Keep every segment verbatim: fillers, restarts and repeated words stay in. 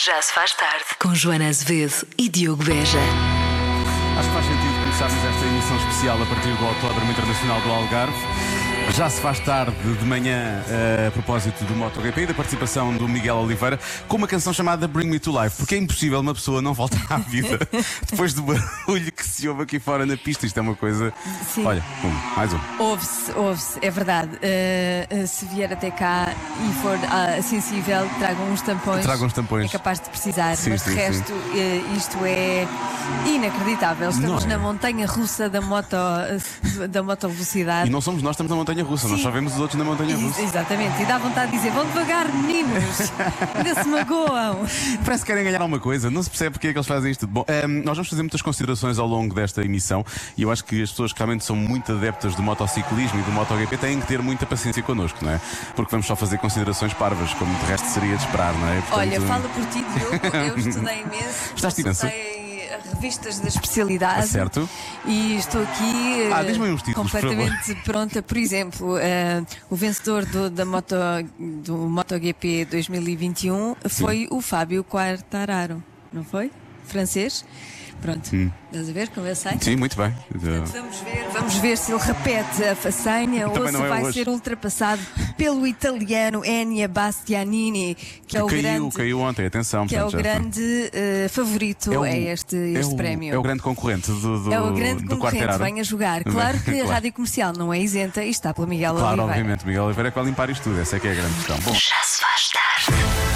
Já se faz tarde com Joana Azevedo e Diogo Beja. Acho que faz sentido começarmos esta emissão especial a partir do Autódromo Internacional do Algarve. Já se faz tarde de manhã uh, a propósito do MotoGP e da participação do Miguel Oliveira com uma canção chamada Bring Me to Life, porque é impossível uma pessoa não voltar à vida depois do barulho que se ouve aqui fora na pista. Isto é uma coisa. Sim. Olha, um, mais um. Ouve-se, ouve-se, é verdade. Uh, uh, se vier até cá e for uh, sensível, tragam uns tampões. Tragam uns tampões. É capaz de precisar, Sim, mas sim, de resto, uh, isto é inacreditável. Estamos Não é? na montanha russa da moto, uh, da motovelocidade. E não somos nós, estamos na montanha russa, nós Sim. só vemos os outros na montanha Ex- russa. Exatamente, e dá vontade de dizer: vão devagar, meninos, ainda se magoam. Parece que querem ganhar alguma coisa, não se percebe porque é que eles fazem isto. Bom, ehm, nós vamos fazer muitas considerações ao longo desta emissão e eu acho que as pessoas que realmente são muito adeptas do motociclismo e do MotoGP têm que ter muita paciência connosco, não é? Porque vamos só fazer considerações parvas, como de resto seria de esperar, não é? Portanto, Olha, fala por ti, Diogo, eu estudei imenso. Estás imenso? Estudei revistas da especialidade. Certo. E estou aqui Ah, eh, diz-me aí uns títulos, por completamente pronta. Por exemplo, eh, o vencedor do, da moto, do MotoGP dois mil e vinte e um foi o Fábio Quartararo, não foi? Francês. Pronto, Hum. estás a ver como eu sei? Sim, muito bem. Vamos ver, vamos ver se ele repete a façanha ou Também se não é vai hoje. ser ultrapassado pelo italiano Ennio Bastianini, que é o caiu, grande, caiu ontem, atenção. que é o portanto, já está. grande eh, favorito o- a este, este é o, prémio. É o grande concorrente do, do, É o grande do concorrente, Quartararo. vem a jogar. Claro que a Claro. Rádio Comercial não é isenta e está pela Miguel Claro, Oliveira. obviamente. Miguel Oliveira é que vai limpar isto tudo, essa é que é a grande questão. Bom, Já se faz tarde.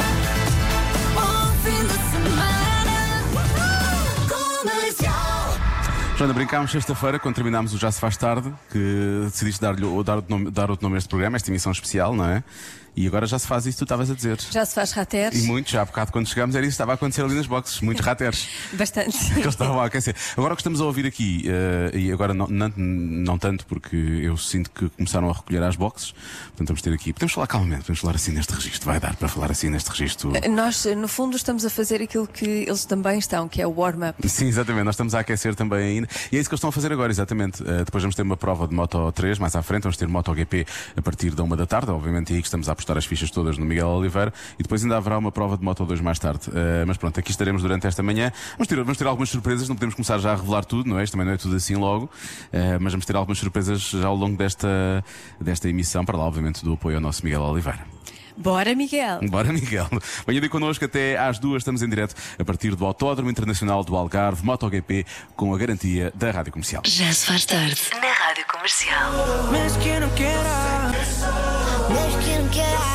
Joana, brincámos sexta-feira, quando terminámos o Já Se Faz Tarde, que decidiste dar-lhe ou dar outro nome, dar outro nome a este programa, esta emissão especial, não é? E agora já se faz isso que tu estavas a dizer. Já se faz rateres? E muito, já há bocado quando chegámos era isso que estava a acontecer ali nas boxes, muitos rateres. Bastante. Que eles estavam a aquecer. Agora o que estamos a ouvir aqui, uh, e agora não, não, não tanto, porque eu sinto que começaram a recolher às boxes, portanto vamos ter aqui. Podemos falar calmamente, podemos falar assim neste registro, vai dar para falar assim neste registro. Nós, no fundo, estamos a fazer aquilo que eles também estão, que é o warm-up. Sim, exatamente, nós estamos a aquecer também ainda. E é isso que eles estão a fazer agora, exatamente. Uh, depois vamos ter uma prova de Moto três, mais à frente, vamos ter MotoGP a partir da uma da tarde, obviamente é aí que estamos a apostar as fichas todas no Miguel Oliveira, e depois ainda haverá uma prova de Moto dois mais tarde. Uh, mas pronto, aqui estaremos durante esta manhã. Vamos ter, vamos ter algumas surpresas, não podemos começar já a revelar tudo, não é? Isto também não é tudo assim logo, uh, mas vamos ter algumas surpresas já ao longo desta, desta emissão, para lá, obviamente, do apoio ao nosso Miguel Oliveira. Bora, Miguel! Bora, Miguel. Venha de connosco até às duas, estamos em direto a partir do Autódromo Internacional do Algarve, MotoGP, com a garantia da Rádio Comercial. Já se faz tarde na Rádio Comercial. Mas que não quero, mas que não quero.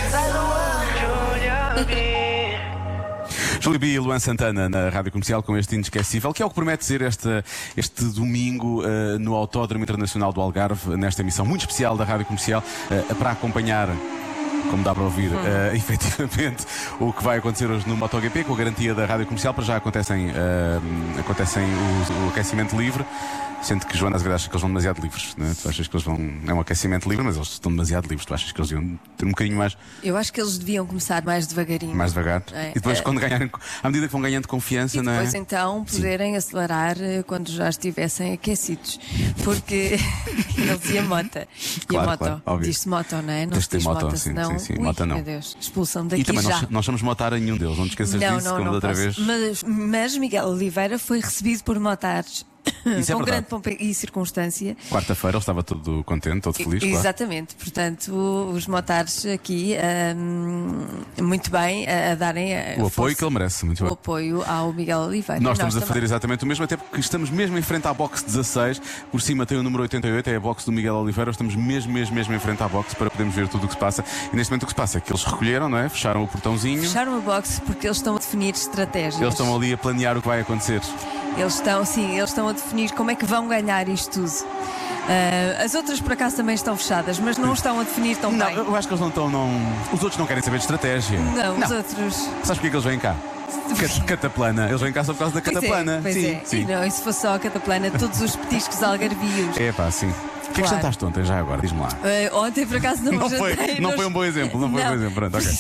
Júlio B e Luan Santana na Rádio Comercial com este inesquecível, que é o que promete ser esta, este domingo uh, no Autódromo Internacional do Algarve, nesta emissão muito especial da Rádio Comercial, uh, para acompanhar, como dá para ouvir, uh, efetivamente o que vai acontecer hoje no MotoGP, com a garantia da Rádio Comercial. Para já acontecem, uh, acontecem o, o aquecimento livre. Sendo que Joana Azevedo acha que eles vão demasiado livres, né? Tu achas que eles vão. É um aquecimento livre, mas eles estão demasiado livres. Tu achas que eles iam ter um bocadinho mais, Eu acho que eles deviam começar mais devagarinho. mais devagar? É, E depois, é. quando ganharem, à medida que vão ganhando confiança, E depois não é? então poderem acelerar eh, quando já estivessem aquecidos. Porque ele dizia mota. E Claro, a moto, claro, óbvio. diz-se moto, não é? Não Tens se de ter diz moto, moto, sim, senão. sim, sim, Ui, moto não. Meu Deus, expulsam E daqui também já. nós, nós somos motar a nenhum deles, não te esqueças não, disso, não, como não da outra posso. vez. Mas, mas Miguel Oliveira foi recebido por motares Isso é com verdade. grande pompa e circunstância. Quarta-feira ele estava todo contente, todo feliz, claro. Exatamente, portanto, os motares aqui hum, muito bem a, a darem a O apoio força, que ele merece, muito o bem. apoio ao Miguel Oliveira. Nós E estamos a também. fazer exatamente o mesmo, até porque estamos mesmo em frente à box dezasseis. Por cima tem o número oitenta e oito, é a box do Miguel Oliveira. Estamos mesmo, mesmo, mesmo em frente à box para podermos ver tudo o que se passa. E neste momento o que se passa é que eles recolheram, não é? Fecharam o portãozinho. Fecharam a boxe porque eles estão a definir estratégias. Eles estão ali a planear o que vai acontecer. Eles estão, sim, eles estão a definir como é que vão ganhar isto tudo. Ah, as outras por acaso também estão fechadas, mas não estão a definir tão Não, bem. eu acho que eles não estão. Não... Os outros não querem saber de estratégia. Não, os outros. Sabes porquê que eles vêm cá? Cat- Cataplana. Eles vêm cá só por causa da Pois cataplana. é, pois sim, é. sim. E não, e se fosse só a cataplana, todos os petiscos algarvios. É pá, sim. O que é que Claro. jantaste ontem já agora? Diz-me lá. Ah, ontem por acaso não, Não jantei. foi, não nós- foi um bom exemplo, não foi um bom exemplo. Pronto, ok.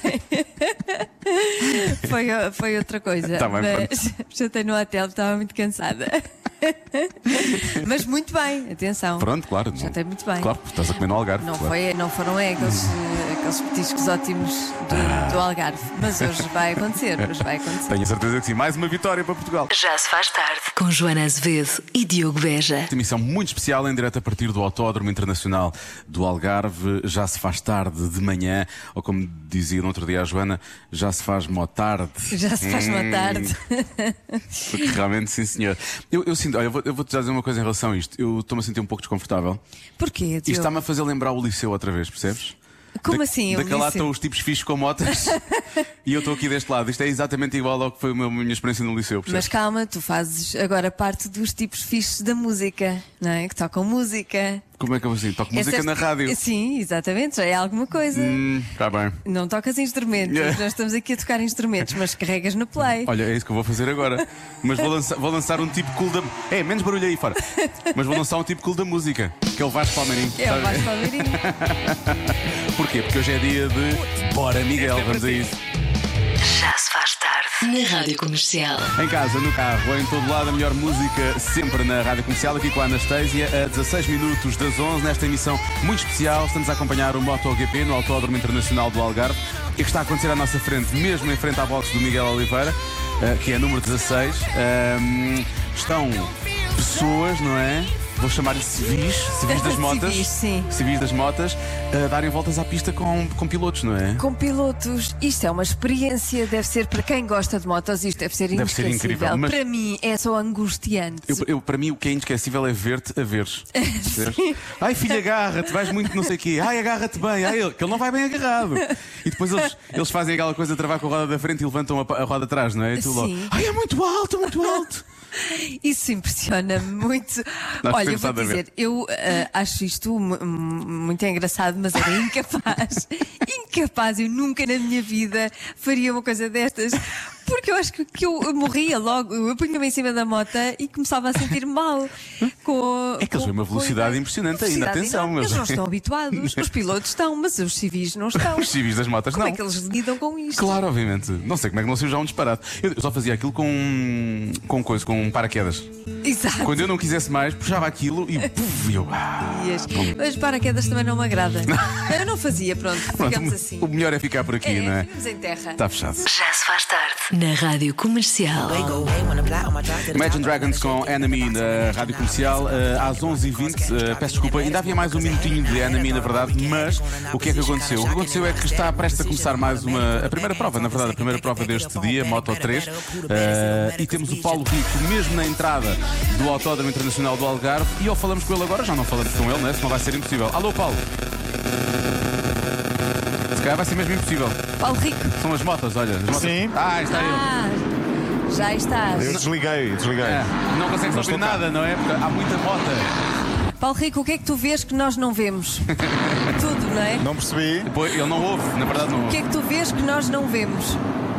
Foi, foi outra coisa. Tá bem, mas jantei no hotel, estava muito cansada. Mas muito bem, atenção. Pronto, claro. Já tem muito bem. Claro, porque estás a comer no Algarve. Não, claro. foi, não foram é, aqueles, aqueles petiscos ótimos do, do Algarve. Mas hoje vai acontecer, hoje vai acontecer. Tenho a certeza que sim. Mais uma vitória para Portugal. Já se faz tarde. Com Joana Azevedo e Diogo Beja. Esta emissão muito especial em direto a partir do Autódromo Internacional do Algarve. Já se faz tarde de manhã, ou como dizia no outro dia a Joana, já se faz mó tarde. Já se faz uma tarde. Porque realmente, sim senhor. Eu, eu sinto, olha, eu vou- eu vou-te dizer uma coisa em relação a isto. Eu estou-me a sentir um pouco desconfortável. Porquê, Isto Diogo? está-me a fazer lembrar o liceu outra vez, percebes? Como Da- assim, o Daquela lá liceu? estão os tipos fixos com motas e eu estou aqui deste lado. Isto é exatamente igual ao que foi a minha- a minha experiência no liceu, percebes? Mas calma, tu fazes agora parte dos tipos fixes da música, não é? Que tocam música. Como é que eu assim? Toco música Essa- na rádio. Sim, exatamente, já é alguma coisa. Hum, está bem. Não tocas instrumentos, Yeah. nós estamos aqui a tocar instrumentos, mas carregas no play. Olha, é isso que eu vou fazer agora. Mas vou lançar, vou lançar um tipo cool da. É, menos barulho aí fora. Mas vou lançar um tipo cool da música, que é o Vasco Palmeirinho. É o sabe? Vasco Palmeirinho. Porquê? Porque hoje é dia de. Bora, Miguel, vamos a isso. Já se faz tarde. Na Rádio Comercial. Em casa, no carro, em todo lado, a melhor música sempre na Rádio Comercial, aqui com a Anastasia, a dezasseis minutos das onze, nesta emissão muito especial. Estamos a acompanhar o MotoGP no Autódromo Internacional do Algarve, e que está a acontecer à nossa frente, mesmo em frente à box do Miguel Oliveira, eh, que é número dezasseis. Ahm, estão pessoas, não é? Vou chamar-lhe civis, civis das motas. Civis, sim. Civis das motas, a darem voltas à pista com, com pilotos, não é? Com pilotos, isto é uma experiência, deve ser para quem gosta de motos, isto deve ser Deve ser inesquecível. incrível, mas- Para mim é só angustiante. Eu, eu, para mim, o que é inesquecível é ver-te a veres. Percebes? Ai, filho, agarra-te, vais muito não sei o quê. Ai, agarra-te bem. Ai, ele, que ele não vai bem agarrado. E depois eles, eles fazem aquela coisa de travar com a roda da frente e levantam a, pa- a roda atrás, não é? E tu logo, Sim. ai, é muito alto, muito alto. Isso impressiona-me muito. Nós Olha, temos vou nada a ver. dizer, eu ah, acho isto mu- mu- muito engraçado, mas era incapaz. incapaz, eu nunca na minha vida faria uma coisa destas. Porque eu acho que, que eu morria logo. Eu punha-me em cima da moto e começava a sentir mal. Com, É que eles com- têm uma com velocidade a idade. impressionante ainda, Velocidade atenção, enorme. mas- Eles não estão habituados. Os pilotos estão, mas os civis não estão. Os civis das motas, Como não. é que eles lidam com isto? Claro, obviamente. Não sei como é que não seja já um disparate. Eu só fazia aquilo com com coisa, com paraquedas. Exato. Quando eu não quisesse mais, puxava aquilo e puf, eu. ah, Dias. Mas paraquedas também não me agrada. Eu não fazia, pronto, Pronto, ficamos assim. o melhor é ficar por aqui, É, não é? ficamos em terra. Está fechado. Já se faz tarde. Na Rádio Comercial. Imagine Dragons com Enemy na Rádio Comercial eh, às onze e vinte. Eh, peço desculpa, ainda havia mais um minutinho de Enemy, na verdade, mas o que é que aconteceu? O que aconteceu é que está prestes a começar mais uma. A primeira prova, na verdade, a primeira prova deste dia, Moto três. eh, e temos o Paulo Rico, mesmo na entrada do Autódromo Internacional do Algarve. E ou falamos com ele agora, já não falamos com ele, né? Senão vai ser impossível. Alô, Paulo. Se calhar vai ser mesmo impossível. Paulo Rico. São as motas, olha. As motas. Sim. Ah, está ele. Ah, já estás. Eu desliguei, desliguei. É, não consegues Mas ouvir estou cá. nada, não é? Porque há muita mota. Paulo Rico, o que é que tu vês que nós não vemos? Tudo, não é? Não percebi. Pois, ele não ouve, na verdade não O ouve. que é que tu vês que nós não vemos?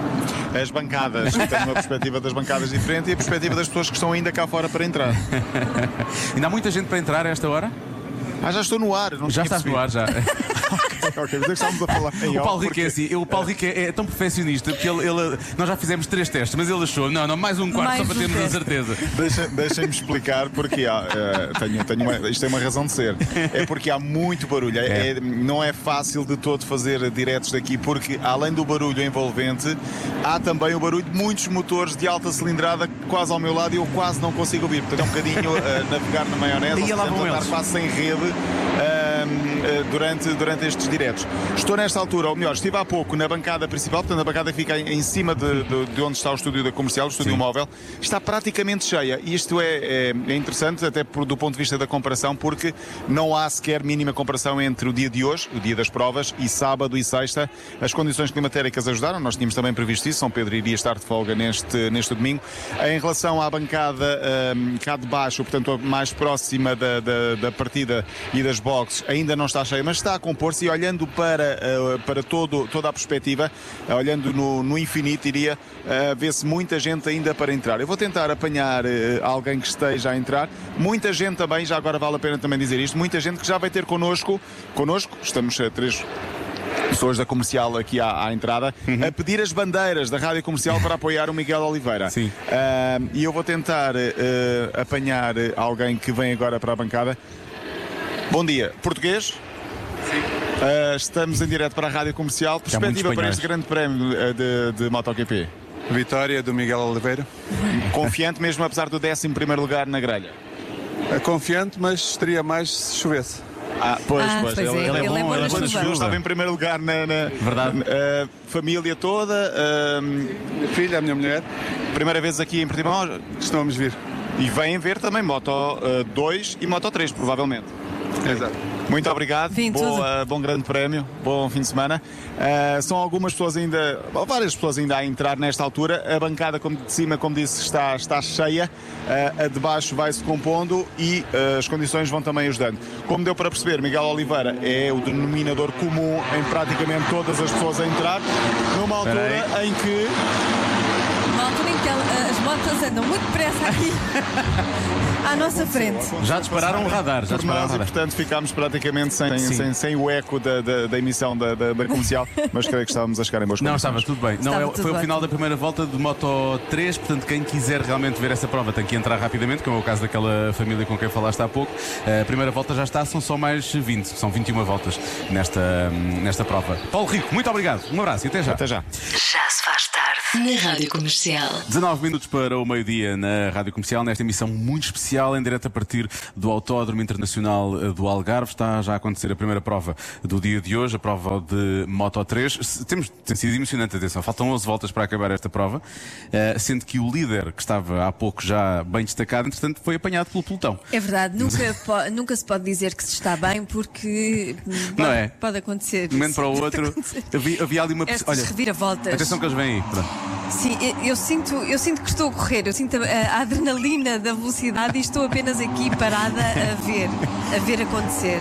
As bancadas. Eu tenho uma perspectiva das bancadas diferente e a perspectiva das pessoas que estão ainda cá fora para entrar. Ainda há muita gente para entrar a esta hora? Ah, já estou no ar. Não Já tinha estás no percebido. ar, já. Ok, mas é que estávamos a falar em O Paulo off, Rico é assim, o Paulo Rico é, é tão perfeccionista que ele, ele- nós já fizemos três testes, mas ele achou, não, não, mais um quarto Mais só para um termos a teste. certeza. Deixa- Deixem-me explicar porque há, eh, tenho, tenho uma, isto tem uma razão de ser. É porque há muito barulho. É- é- não é fácil de todo fazer diretos daqui, porque além do barulho envolvente, há também o barulho de muitos motores de alta cilindrada quase ao meu lado e eu quase não consigo ouvir. Portanto, é um bocadinho eh, navegar na maionese, E ou lá seja, vão andar eles. quase sem rede. eh, eh, durante, durante estes diretos. Estou nesta altura, ou melhor, estive há pouco na bancada principal, portanto a bancada fica em, em cima de, de, de onde está o estúdio da comercial, o estúdio Sim. móvel, está praticamente cheia. E isto é, é, é interessante, até por, do ponto de vista da comparação, porque não há sequer mínima comparação entre o dia de hoje, o dia das provas, e sábado e sexta. As condições climatéricas ajudaram, nós tínhamos também previsto isso, São Pedro iria estar de folga neste, neste domingo. Em relação à bancada um, cá de baixo, portanto a mais próxima da, da, da partida e das boxes, ainda não está cheia, mas está a compor-se e olhando para, uh, para todo, toda a perspectiva, uh, olhando no, no infinito, iria uh, ver-se muita gente ainda para entrar. Eu vou tentar apanhar uh, alguém que esteja a entrar, muita gente também, já agora vale a pena também dizer isto, muita gente que já vai ter connosco, connosco, estamos a três pessoas da comercial aqui à, à entrada, Uhum. a pedir as bandeiras da Rádio Comercial para apoiar o Miguel Oliveira. Sim. Uh, e eu vou tentar uh, apanhar alguém que vem agora para a bancada. Bom dia. Português? Sim. Uh, estamos em direto para a Rádio Comercial. Perspectiva para este grande prémio uh, de, de MotoGP. Vitória do Miguel Oliveira. Confiante mesmo, apesar do décimo primeiro lugar na grelha? É confiante, mas estaria mais se chovesse. Ah, pois, Ah, pois. pois Ele, é, ele é ele bom, é bom ele na é bom na chuva. chuva. Estava em primeiro lugar na, na Verdade. uh, família toda. Uh, Minha filha, a minha mulher, primeira vez aqui em Portimão. costumamos vir. E vêm ver também Moto dois e Moto três, provavelmente. Exato. Muito obrigado, Vim Boa, bom grande prémio, bom fim de semana. Uh, são algumas pessoas ainda, várias pessoas ainda a entrar nesta altura. A bancada como de cima, como disse, está, está cheia, uh, a de baixo vai-se compondo e uh, as condições vão também ajudando. Como deu para perceber, Miguel Oliveira é o denominador comum em praticamente todas as pessoas a entrar, numa altura em que... Uma altura em que ela- as motos andam muito depressa aqui à nossa frente. Já dispararam o radar, já Por dispararam o nós, e radar. portanto ficámos praticamente sem, Sim. sem, sem o eco da, da, da emissão da, da, da comercial, mas creio que estávamos a chegar em boas Não, condições. estava tudo bem. Não, Estava é- tudo foi o final ótimo. da primeira volta de Moto três, portanto, quem quiser realmente ver essa prova tem que entrar rapidamente, como é o caso daquela família com quem falaste há pouco. A primeira volta já está, são só mais vinte, são vinte e uma voltas nesta, nesta prova. Paulo Rico, muito obrigado, um abraço e até já. Até já. Já se faz tarde na Rádio Comercial. dezanove minutos para o meio-dia na Rádio Comercial, nesta emissão muito especial, em direto a partir do Autódromo Internacional eh, do Algarve. Está já a acontecer a primeira prova do dia de hoje, a prova de Moto três. Se- Temos, tem sido emocionante, atenção, faltam onze voltas para acabar esta prova, eh, sendo que o líder, que estava há pouco já bem destacado, entretanto foi apanhado pelo pelotão. É verdade, nunca, po- nunca se pode dizer que se está bem porque hum, Não pode, é? pode acontecer. De um momento isso. para o Pode outro, acontecer. havia, havia ali uma... Estas Olha, reviravoltas. atenção que eles vêm aí. Pronto. Sim, eu, eu sinto, eu sinto que estou a correr, eu sinto a, a adrenalina da velocidade e estou apenas aqui parada a ver, a ver acontecer.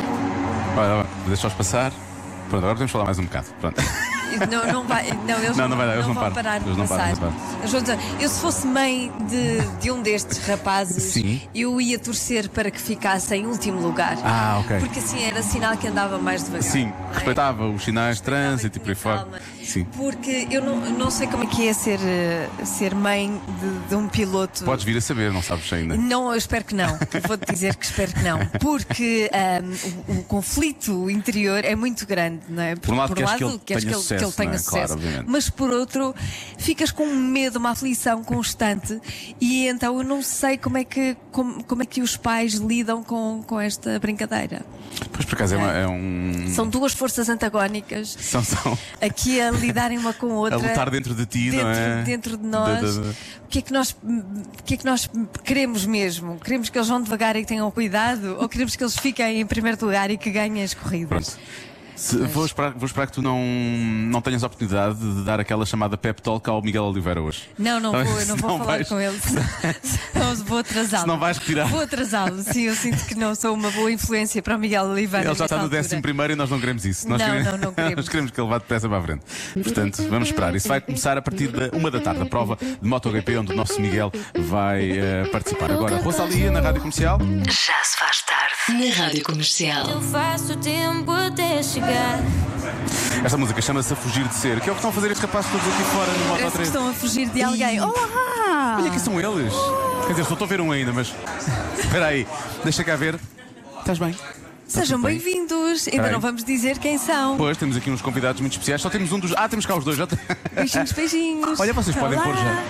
Olha, olha, deixa-os passar. Pronto, agora podemos falar mais um bocado. Pronto. Não, não vai, não, eles Não, não vai dar, eles não vão param. parar de Eles não passar. param, não Eles vão dizer, eu se fosse mãe de, de um destes rapazes, Sim. eu ia torcer para que ficasse em último lugar. Ah, ok. Porque assim era sinal que andava mais devagar. Sim, não é? respeitava os sinais de trânsito e por aí Tinha fora. calma. Sim. Porque eu não, não sei como é que é ser, eh, ser mãe de, de um piloto. Podes vir a saber, não sabes ainda. Não, eu espero que não. Vou-te dizer que espero que não. Porque ahm, o, o conflito interior é muito grande, não é? Por um lado, queres que ele queres tenha que ele, sucesso, que ele tenha não é? sucesso. Claro, obviamente. Mas por outro, ficas com um medo, uma aflição constante. E então eu não sei como é que, como, como é que os pais lidam com, com esta brincadeira. Pois por acaso é, uma- é um. São duas forças antagónicas São, são aqui a lidarem uma com a outra. a lutar dentro de ti, dentro, não é? dentro de nós. Da- da- da- O que é que nós, o que é que nós queremos mesmo? Queremos que eles vão devagar e que tenham cuidado? Ou queremos que eles fiquem em primeiro lugar e que ganhem as corridas? Pronto. Se- vou, esperar, vou esperar que tu não, não tenhas a oportunidade de dar aquela chamada pep talk ao Miguel Oliveira hoje. Não, não Então, vou, eu não se vou não falar vais- com ele. Senão vou atrasá-lo. Se não vais retirar. Vou atrasá-lo, sim, eu sinto que não sou uma boa influência para o Miguel Oliveira. Ele já está nesta no altura. décimo primeiro e nós não queremos isso. Nós Não, queremos, não, não queremos. Nós queremos que ele vá depressa para a frente. Portanto, vamos esperar. Isso vai começar a partir da uma da tarde, a prova de MotoGP, onde o nosso Miguel vai eh, participar. Agora, Rosalia, na Rádio Comercial. Já se faz tarde na Rádio Comercial. Eu faço o tempo até chegar. Esta música chama-se A Fugir de Ser, que é o que estão a fazer estes rapazes todos aqui fora no Moto Parece que três. estão a fugir de alguém. Olá! Olha que são eles. Quer dizer, só estou a ver um ainda, mas. Espera aí, deixa cá ver. Estás bem? Está Sejam tudo bem? bem-vindos. Ainda Peraí. não vamos dizer quem são. Pois, temos aqui uns convidados muito especiais. Só temos um dos. Ah, temos cá os dois. Já... Beijinhos, beijinhos. Olha, vocês podem Olá. pôr já.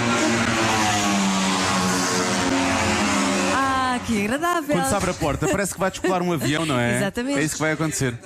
Ah, que agradável. Quando se abre a porta, parece que vai descolar um avião, não é? Exatamente. É isso que vai acontecer.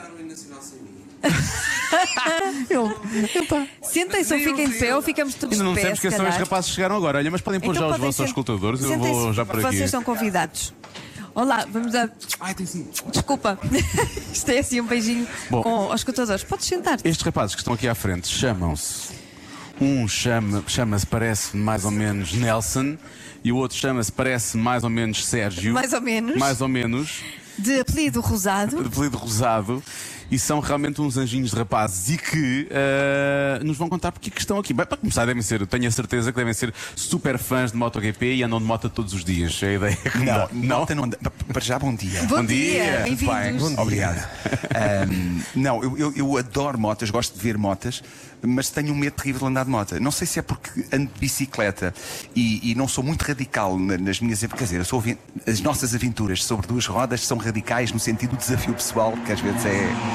Sentem-se ou fiquem de pé ou ficamos todos Ainda não de pé. sabemos quem se são estes calhar. rapazes que chegaram agora. Olha, mas podem pôr Então já os podem vossos ser- escutadores. Eu Sentem-se. vou já por aqui. Vocês são convidados. Olá, vamos dar. Ai, tem sim. Desculpa. Isto é assim um beijinho Bom. com os escutadores. Podes sentar-te. Estes rapazes que estão aqui à frente chamam-se. Um chama- chama-se, parece mais ou menos Nelson, e o outro chama-se, parece mais ou menos Sérgio. Mais ou menos. Mais ou menos. De apelido Rosado. De apelido Rosado. E são realmente uns anjinhos de rapazes e que eh, nos vão contar porque é que estão aqui. Bem, para começar, devem ser, tenho a certeza que devem ser super fãs de MotoGP e andam de moto todos os dias. É a ideia que me dá. Não, nota não anda- Para já, bom dia. Bom, Bom dia. dia. Bem, Bem-vindos. obrigado. Ahm, não, eu, eu, eu adoro motas, gosto de ver motas, mas tenho um medo terrível de andar de moto. Não sei se é porque ando de bicicleta e, e não sou muito radical na- nas minhas. Quer dizer, eu sou, aven- as nossas aventuras sobre duas rodas são radicais no sentido do desafio pessoal, que às vezes é.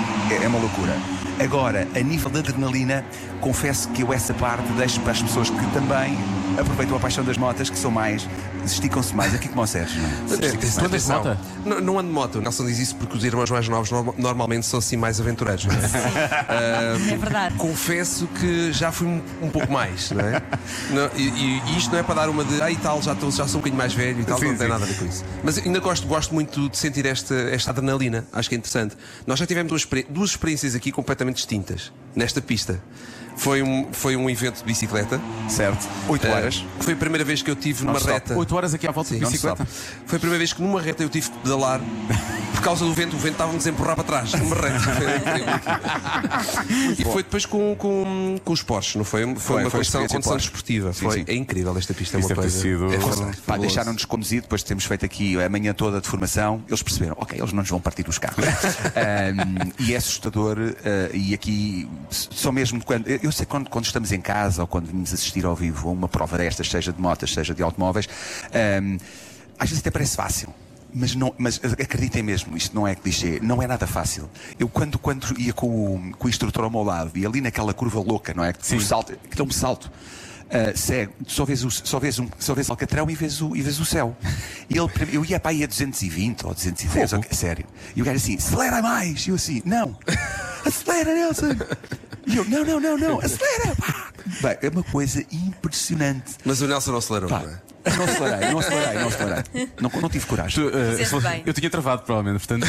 é, é uma loucura. Agora, a nível de adrenalina, confesso que eu essa parte deixo para as pessoas que também aproveitam a paixão das motas, que são mais, esticam-se mais. Aqui como o Sérgio, não é? Tu andas de moto? Não, não ando de moto. O Nelson diz isso porque os irmãos mais novos no- normalmente são assim mais aventureiros, não é? Ah, É verdade. confesso que já fui um, um pouco mais, não é? Não, e, e- e isto não é para dar uma de ah, e tal, já, tô, já sou um bocadinho mais velho e tal, Sim, não tem sim. nada a ver com isso. Mas ainda gosto, gosto muito de sentir esta, esta adrenalina, acho que é interessante. Nós já tivemos duas, experi- duas experiências aqui completamente distintas nesta pista. Foi um, foi um evento de bicicleta. Certo. Oito Ah, horas. foi a primeira vez que eu tive numa Non-stop. reta. oito horas aqui à volta de Sim, bicicleta. Foi a primeira vez que numa reta eu tive que pedalar por causa do vento. O vento estava-nos a empurrar para trás. Numa reta. Foi incrível. E foi depois com, com, com os Porsche, não foi? Foi, Foi, uma foi condição, experiência condição Porsche. desportiva. Sim, Foi, sim. é incrível esta pista. É Isso uma deve ter coisa. sido- É Pá, fabuloso. Pá, deixaram-nos conduzir, depois temos feito aqui a manhã toda de formação. Eles perceberam, ok, eles não nos vão partir os carros. Ahm, e é assustador. ah, e aqui, só mesmo quando. Eu sei que quando, quando estamos em casa ou quando vimos assistir ao vivo a uma prova destas, seja de motas, seja de automóveis, ahm, às vezes até parece fácil. Mas, não, mas acreditem mesmo, isto não é clichê, não é nada fácil. Eu quando, quando ia com o, com o instrutor ao meu lado e ali naquela curva louca, não é? O salto, que é um salto. Uh, cego, só vês, o, só, vês um, só vês o Alcatrão e vês o, e vês o céu. E ele, eu ia para aí a duzentos e vinte ou duzentos e dez, ok, sério. E o gajo assim, acelera mais. E eu assim, não, acelera, Nelson. E eu, não, não, não, não, acelera. Pá. Bem, é uma coisa impressionante. Mas o Nelson não acelerou, Pá, não é? não acelerei, não acelerei, não acelerei. Não, não tive coragem. Tu, uh, Fizeste bem. eu tinha travado, provavelmente, portanto.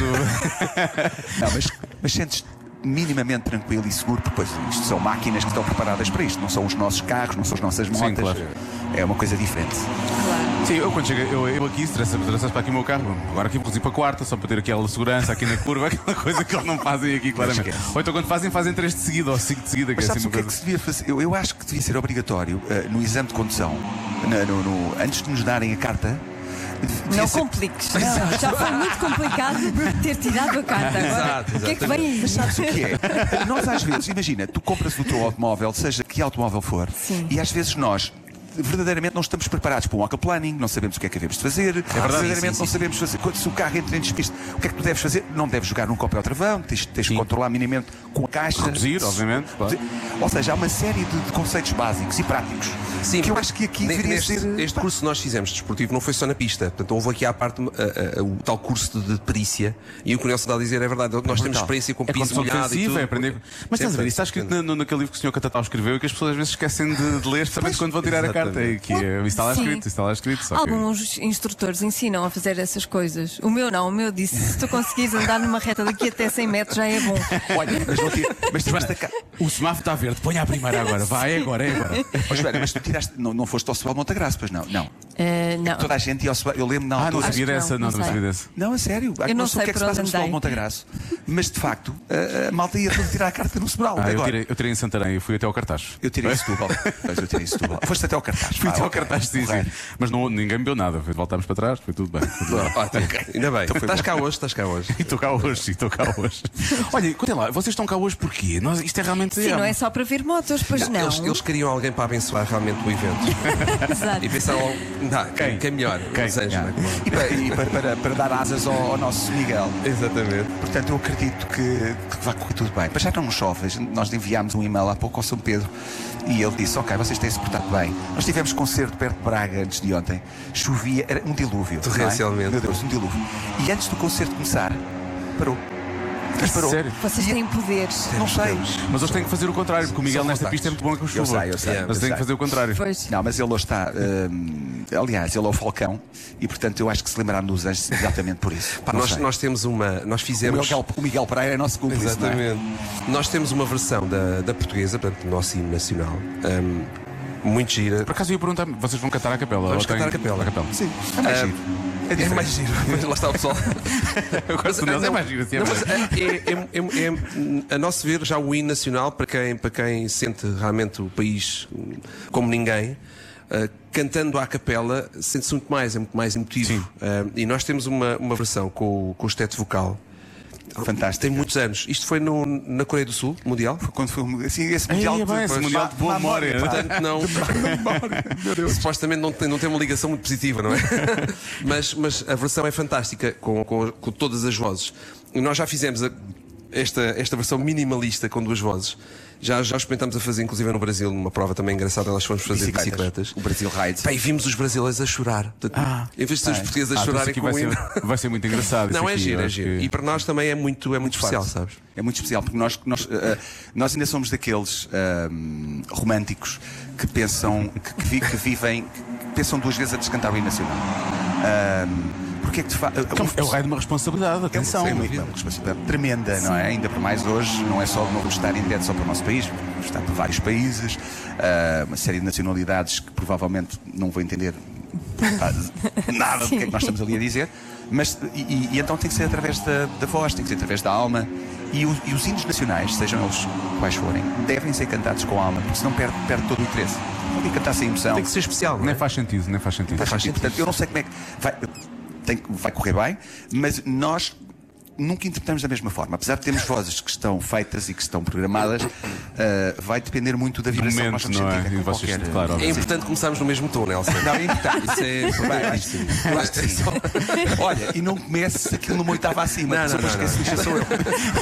Não, mas, mas sentes minimamente tranquilo e seguro, porque depois isto são máquinas que estão preparadas para isto, não são os nossos carros, não são as nossas motas. claro. É uma coisa diferente. Claro. Sim, eu quando cheguei, eu, eu aqui, se trouxesse para aqui o meu carro, agora aqui vou reduzir para a quarta, só para ter aquela segurança aqui na curva, aquela coisa que eles não fazem aqui, claramente. Ou então quando fazem, fazem três de seguida ou cinco de seguida, que Mas é sabes assim o uma que é que coisa. se devia fazer? Eu, eu acho que devia ser obrigatório uh, no exame de condução, na- no- no- antes de nos darem a carta. devia Não ser- compliques. Já foi muito complicado ter tirado a carta. Agora, Exato, o que é que vem aí? Mas sabes o que é? Nós às vezes, imagina, tu compras o teu automóvel, seja que automóvel for, Sim. e às vezes nós verdadeiramente não estamos preparados para um aquaplaning, não sabemos o que é que devemos de fazer, verdadeiramente sim, sim, não sim. sabemos fazer. Quando, se o carro entra em despiste, o que é que tu deves fazer? Não deves jogar num copo ao travão, tens, tens de controlar minimamente com a caixa. Reduzir, obviamente, claro. Ou seja, há uma série de, de conceitos básicos e práticos Sim, que eu acho que aqui ne- deveria neste, ser. Este curso que nós fizemos desportivo não foi só na pista. Portanto, houve aqui à parte uh, uh, uh, o tal curso de, de perícia. E o que o Nelson está a dizer é verdade. Nós temos brutal. experiência com É piso condução molhado e defensiva, tudo. é aprender. Mas estás a ver, isso está escrito na- no- naquele livro que o senhor Catatal escreveu e que as pessoas às vezes esquecem de, de ler, especialmente quando vão tirar a carta. E que, eh, isso está lá Sim. escrito, isso está lá escrito. Só que... Alguns instrutores ensinam a fazer essas coisas. O meu não, o meu disse: se tu conseguires andar numa reta daqui até cem metros já é bom. Olha, mas não tira, mas tiraste a ca... O semáforo está verde, ponha a primeira agora, vai, é agora, é agora. Oh, espera, mas tu tiraste, não, não foste ao Sebal de Montagraça, pois não? Não. Eh, não. Toda a gente ia ao Sebal, eu lembro na Ah, não altura. Acho sabia que não, dessa, não, não não sei. sabia dessa. Não, a sério. Eu não não sei o que é que se sei passa por no Sebal de onde Montagraça. Mas de facto, a, a malta ia toda tirar a carta no Sebal. Ah, eu Agora, tirei, eu tirei em Santarém, eu fui até ao cartaz. eu tirei em Setúbal. Pois eu tirei em Setúbal. Foste até ao cartaz. Fui pá, até ao ok. cartaz, sim, sim. Correto. Mas não, ninguém me deu nada. Voltámos para trás, foi tudo bem. Foi tudo bem. Ah, ainda bem. Estás cá hoje, estás cá hoje. E estou cá hoje, e estou cá hoje. Olha, contem lá, vocês estão cá hoje porquê? Nós, isto é realmente. Sim, não é só para ver motos, pois não. Eles, eles queriam alguém para abençoar realmente o evento. Exato. E pensaram, não, quem? quem melhor? Quem? Os anjos, Yeah. não é? E, para, e para, para, para dar asas ao, ao nosso Miguel. Exatamente. Portanto, eu acredito que, que vai correr tudo bem. Mas já não chove. Nós enviámos um e-mail há pouco ao São Pedro e ele disse: ok, vocês têm-se portado bem. Nós tivemos concerto perto de Braga antes de ontem. Chovia, era um dilúvio. Torrencialmente. não é? Meu Deus, um dilúvio. E antes do concerto começar, parou. Mas parou. Sério? Vocês têm poderes. Não sei. Mas hoje tem que fazer o contrário, porque o Miguel São nesta vontades. pista é muito bom com chuva. sei, eu sei, Mas eu tem que sei. fazer o contrário. Pois. Não, mas ele hoje está. hum, aliás, ele é o Falcão e, portanto, eu acho que se lembraram dos anjos exatamente por isso. Pá, Não nós, sei. nós temos uma. Nós o, fizemos. Miguel, o Miguel Pereira é nosso cúmplice. não é? Exatamente. Nós temos uma versão da, da portuguesa, portanto, do nosso hino nacional. hum, muito gira. Por acaso eu ia perguntar, vocês vão cantar a capela? Vamos ou tem- cantar a capela. A capela. Sim, é mais Ah, giro. É diferente. mais giro, mas lá está o pessoal. Eu gosto deles, é não, mais giro assim. é não, mais- mas é, é, é, é, a nosso ver, já o hino nacional, para quem, para quem sente realmente o país hum, como ninguém, uh, cantando à capela, sente-se muito mais, é muito mais emotivo. Uh, e nós temos uma, uma versão com, o- com o estético vocal. Fantástico. Tem muitos anos. Isto foi no, na Coreia do Sul, mundial. Quando foi um- assim, esse Ei, mundial, é bem, esse depois- mundial de boa má- má memória. Portanto, não. Supostamente não tem, não tem uma ligação muito positiva, não é? mas, mas a versão é fantástica, com, com, com todas as vozes. E nós já fizemos a- esta, esta versão minimalista com duas vozes. Já, já experimentámos a fazer, inclusive no Brasil, numa prova também engraçada, nós fomos fazer Bicicletas. bicicletas. O Brasil Rides. Pá, e vimos os brasileiros a chorar. Portanto, Ah. em vez de ser os Ah. portugueses a Ah, então chorarem isso aqui com o vai, hino. ser, vai ser muito engraçado. isso Não, é aqui, giro, eu é acho giro. que- E para nós também é muito, é muito especial, forte. sabes? É muito especial, porque nós, nós, eh, nós ainda somos daqueles ahm, românticos que pensam, que, que, vi- que vivem, que pensam duas vezes antes de cantar o hino nacional. Ahm, porque é que te fa... É o raio de uma responsabilidade, atenção. É uma, uma responsabilidade tremenda, não é? Ainda para mais hoje, não é só, não vamos estar em direto só para o nosso país, vamos estar para vários países, ah, uma série de nacionalidades que provavelmente não vou entender ah, nada do que é que nós estamos ali a dizer, mas e, e- e então tem que ser através da, da voz, tem que ser através da alma. E, o- e os hinos nacionais, sejam eles quais forem, devem ser cantados com alma, porque senão perde, perde todo o interesse. Não tem que cantar sem emoção. Tem que ser especial, não é? Nem faz sentido, nem faz sentido. Faz sentido. Portanto, eu não sei como é que vai, tem, que- vai correr bem, mas nós nunca interpretamos da mesma forma. Apesar de termos vozes que estão feitas e que estão programadas, ah, vai depender muito da vibração que nós momento, vamos não é? sentir. E com vocês, qualquer- claro, É óbvio. importante começarmos no mesmo tom, Nelson. Não, é importante. Isso é Bem, acho que sim. Eu acho que sim. Olha, e não comeces aquilo numa oitava acima. Não, porque não, só não, depois que esse sou eu.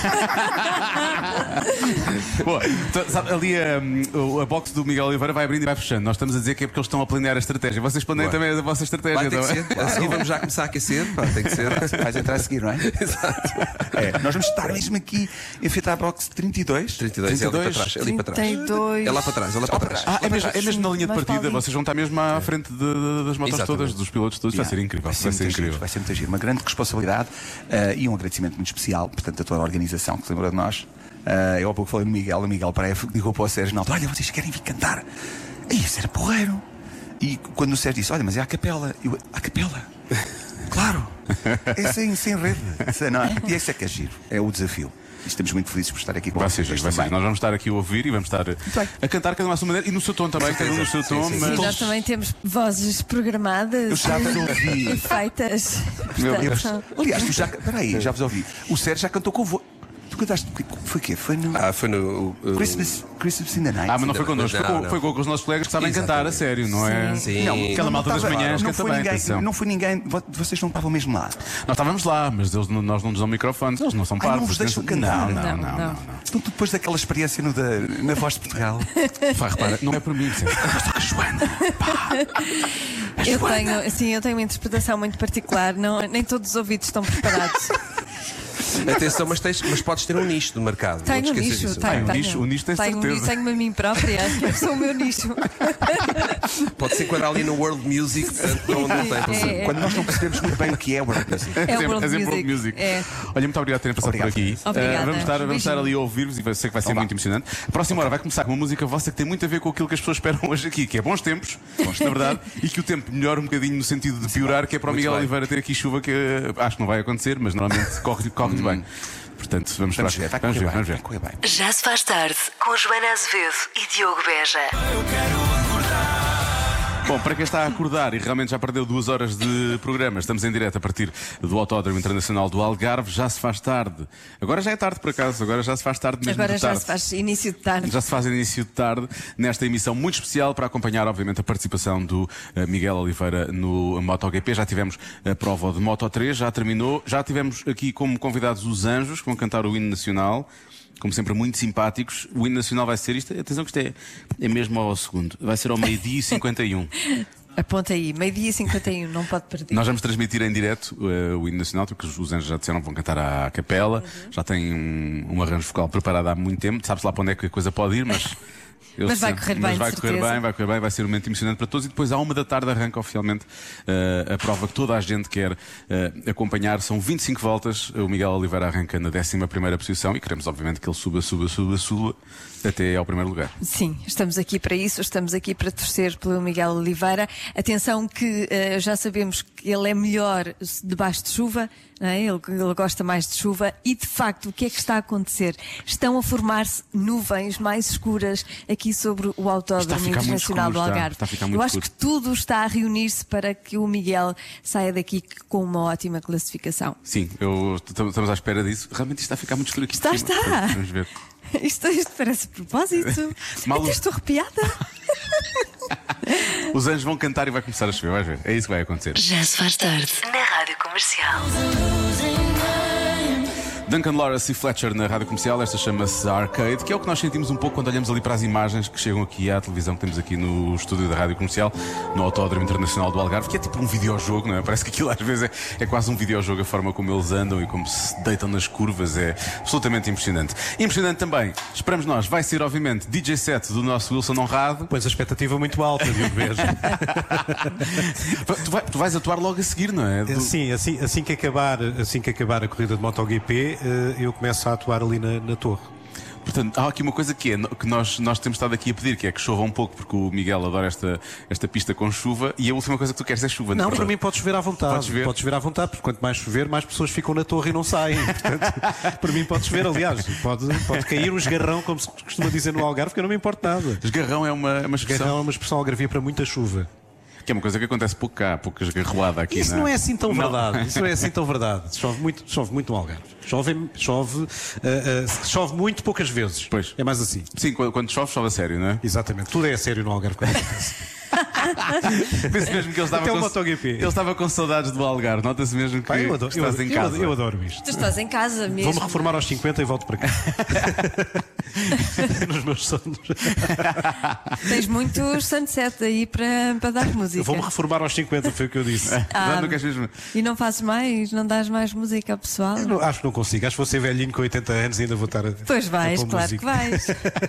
Bom, então, sabe, ali um, a box do Miguel Oliveira vai abrindo e vai fechando. Nós estamos a dizer que é porque eles estão a planear a estratégia. Vocês planeiam Boa. também a vossa estratégia, Vai ter que não é? ser. A seguir vamos já começar a aquecer. Pá, tem que ser. Vais entrar a seguir, não é? Exato. É, nós vamos estar mesmo aqui em feita a box trinta e dois. trinta e dois, é ali para trás. É ali para trás. trinta e dois. É lá para trás, é lá para trás. Ah, é mesmo, é mesmo na linha de Mais partida. para ali. Vocês vão estar mesmo à frente de- de- das motos Exatamente. todas, dos pilotos todos. Vai ser incrível. Vai ser muito incrível. giro, vai ser muito giro. Uma grande responsabilidade eh, e um agradecimento muito especial, portanto, a toda a organização que se lembrou de nós. Eh, eu há pouco falei no Miguel, o Miguel Pereira ligou para o Sérgio na altura: olha, vocês querem vir cantar? Aí, isso era porreiro. E quando o Sérgio disse: olha, mas é a capela. Eu, a capela? Claro. É sem, sem rede. Isso é, não é? E esse é que é giro. É o desafio. E estamos muito felizes por estar aqui com Vai ser vocês giro, vai ser também. giro. Nós vamos estar aqui a ouvir e vamos estar bem. a cantar cada um à sua maneira e no seu tom também, cada um no seu tom. E Mas nós também temos vozes programadas Eu já vos ouvi. e feitas. Meu Deus. Portanto, Aliás, tu já. Peraí, já vos ouvi. O Sérgio já cantou com vo... Tu cantaste. Foi o quê? Foi no. Ah, foi no. uh, Christmas, Christmas in the Night. Ah, mas não foi connosco, foi Não, com, não. foi com os nossos colegas que sabem cantar a sério, não é? Sim. Não, Aquela malta das estava- manhãs não canta foi bem, ninguém, atenção. não foi ninguém, vo- vocês não estavam mesmo lá. Nós estávamos lá, mas eles, nós não nos dão microfones, eles não são Ai, não parvos. vos deixam não, cantar. não, não, Não, não, não. não. Então, tu depois daquela experiência no da, na Voz de Portugal. Pá, repara, não é para mim, sempre. A Joana. eu tenho, assim, eu tenho uma interpretação muito particular, não, nem todos os ouvidos estão preparados. Atenção, mas, tens, mas podes ter um nicho de mercado. não te Tenho um esqueças nicho, disso. tenho, o tenho. nicho- o nicho tem tenho, um certeza. nicho, tenho-me a mim própria, acho que eu sou o meu nicho. Pode se enquadrar ali no World Music, portanto não, não tem. para ser. É, é. Quando nós não percebemos muito bem o que é o World Music. É o sempre, World é sempre Music. World Music. É. Olha, muito obrigado por terem passado Obrigado. por aqui. Obrigada. Uh, vamos estar, vamos estar Beijinho. ali a ouvir-vos e vai ser que vai ser Então vá. muito emocionante. A próxima hora vai começar com uma música vossa que tem muito a ver com aquilo que as pessoas esperam hoje aqui, que é bons tempos, na verdade, e que o tempo melhora um bocadinho no sentido de piorar, que é para o Muito Miguel bem. Oliveira ter aqui chuva, que uh, acho que não vai acontecer, mas normalmente corre- corre-lhe bem. Portanto, vamos, Vamos para- ver, vai vamos correr ver, bem. vamos ver. Vai correr bem. Já se faz tarde com Joana Azevedo e Diogo Beja. Bom, para quem está a acordar e realmente já perdeu duas horas de programa, estamos em direto a partir do Autódromo Internacional do Algarve. Já se faz tarde. Agora já é tarde, por acaso. Agora já se faz tarde mesmo Agora de já tarde. se faz início de tarde. Já se faz início de tarde nesta emissão muito especial para acompanhar, obviamente, a participação do eh, Miguel Oliveira no MotoGP. Já tivemos a prova de Moto três, já terminou. Já tivemos aqui como convidados os Anjos, que vão cantar o hino nacional. Como sempre, muito simpáticos. O hino nacional vai ser isto. Atenção que isto é, é mesmo ao segundo. Vai ser ao meio-dia e cinquenta e um. Aponta aí, meio-dia e cinquenta e um, não pode perder. Nós vamos transmitir em direto uh, o hino nacional, porque os Anjos já disseram que vão cantar à capela. Já têm um, um arranjo vocal preparado há muito tempo. Sabes lá para onde é que a coisa pode ir, mas. eu Mas vai sei- correr mas bem, vai de correr certeza. bem, vai correr bem, vai ser um momento emocionante para todos. E depois, à uma da tarde, arranca oficialmente uh, a prova que toda a gente quer uh, acompanhar. São vinte e cinco voltas. O Miguel Oliveira arranca na décima primeira posição e queremos, obviamente, que ele suba, suba, suba, suba até ao primeiro lugar. Sim, estamos aqui para isso, estamos aqui para torcer pelo Miguel Oliveira. Atenção que eh, já sabemos que ele é melhor debaixo de chuva, não é? ele, ele gosta mais de chuva e de facto o que é que está a acontecer? Estão a formar-se nuvens mais escuras aqui sobre o Está a Autódromo ficar muito Internacional escuro, do está. Algarve. Está a ficar muito Eu acho escuro. que tudo está a reunir-se para que o Miguel saia daqui com uma ótima classificação. Sim, eu, estamos à espera disso. Realmente isto está a ficar muito escuro aqui. Está, por cima. está. Vamos ver. Isto, isto parece propósito. Malu- Até estou arrepiada. Os Anjos vão cantar e vai começar a chover, vais ver. É isso que vai acontecer. Já se faz tarde na Rádio Comercial. Duncan Lawrence e Fletcher na Rádio Comercial. Esta chama-se Arcade, que é o que nós sentimos um pouco quando olhamos ali para as imagens que chegam aqui à televisão que temos aqui no estúdio da Rádio Comercial, no Autódromo Internacional do Algarve, que é tipo um videojogo, não é? Parece que aquilo às vezes é, é quase um videojogo, a forma como eles andam e como se deitam nas curvas é absolutamente impressionante. Impressionante também, esperamos nós, vai ser obviamente D J set do nosso Wilson Honrado. Pois a expectativa é muito alta, Diogo Beja. tu, vai, tu vais atuar logo a seguir, não é? Do... Sim, assim, assim, que acabar, assim que acabar a corrida de MotoGP, eu começo a atuar ali na, na torre. Portanto, há aqui uma coisa que, é, que nós, nós temos estado aqui a pedir, que é que chova um pouco, porque o Miguel adora esta, esta pista com chuva, e a última coisa que tu queres é chuva. Não, para mim pode chover à vontade. Pode chover? Pode chover à vontade, porque quanto mais chover, mais pessoas ficam na torre e não saem. Portanto, para mim pode chover, aliás, pode, pode cair um esgarrão, como se costuma dizer no Algarve, que eu não me importo nada. Esgarrão é uma, é uma expressão. Esgarrão é uma expressão algarvia para muita chuva. Que é uma coisa que acontece pouco cá, pouco esgarroada aqui. Isso não é? não é assim tão verdade. Não. Isso não é assim tão verdade. Chove muito, chove muito no Algarve. Chove, chove, uh, uh, chove muito poucas vezes. Pois. É mais assim. Sim, quando, quando chove, chove a sério, não é? Exatamente. Tudo é a sério no Algarve. Penso mesmo que ele estava, com, MotoGP. ele estava com saudades do Algarve. Nota-se mesmo que, Pai, eu adoro, que estás eu, em eu, casa. Eu, eu adoro isto. Tu estás em casa mesmo. Vou-me reformar aos cinquenta e volto para cá. Nos meus sonhos. Tens muitos sunset aí para, para dar música. Vou-me reformar aos cinquenta, foi o que eu disse. Ah, não, não queres mesmo? E não fazes mais? Não dás mais música ao pessoal? Não, acho que não consigo. Acho que vou ser velhinho com oitenta anos e ainda vou estar a. Pois vais, a pôr claro música. que vais.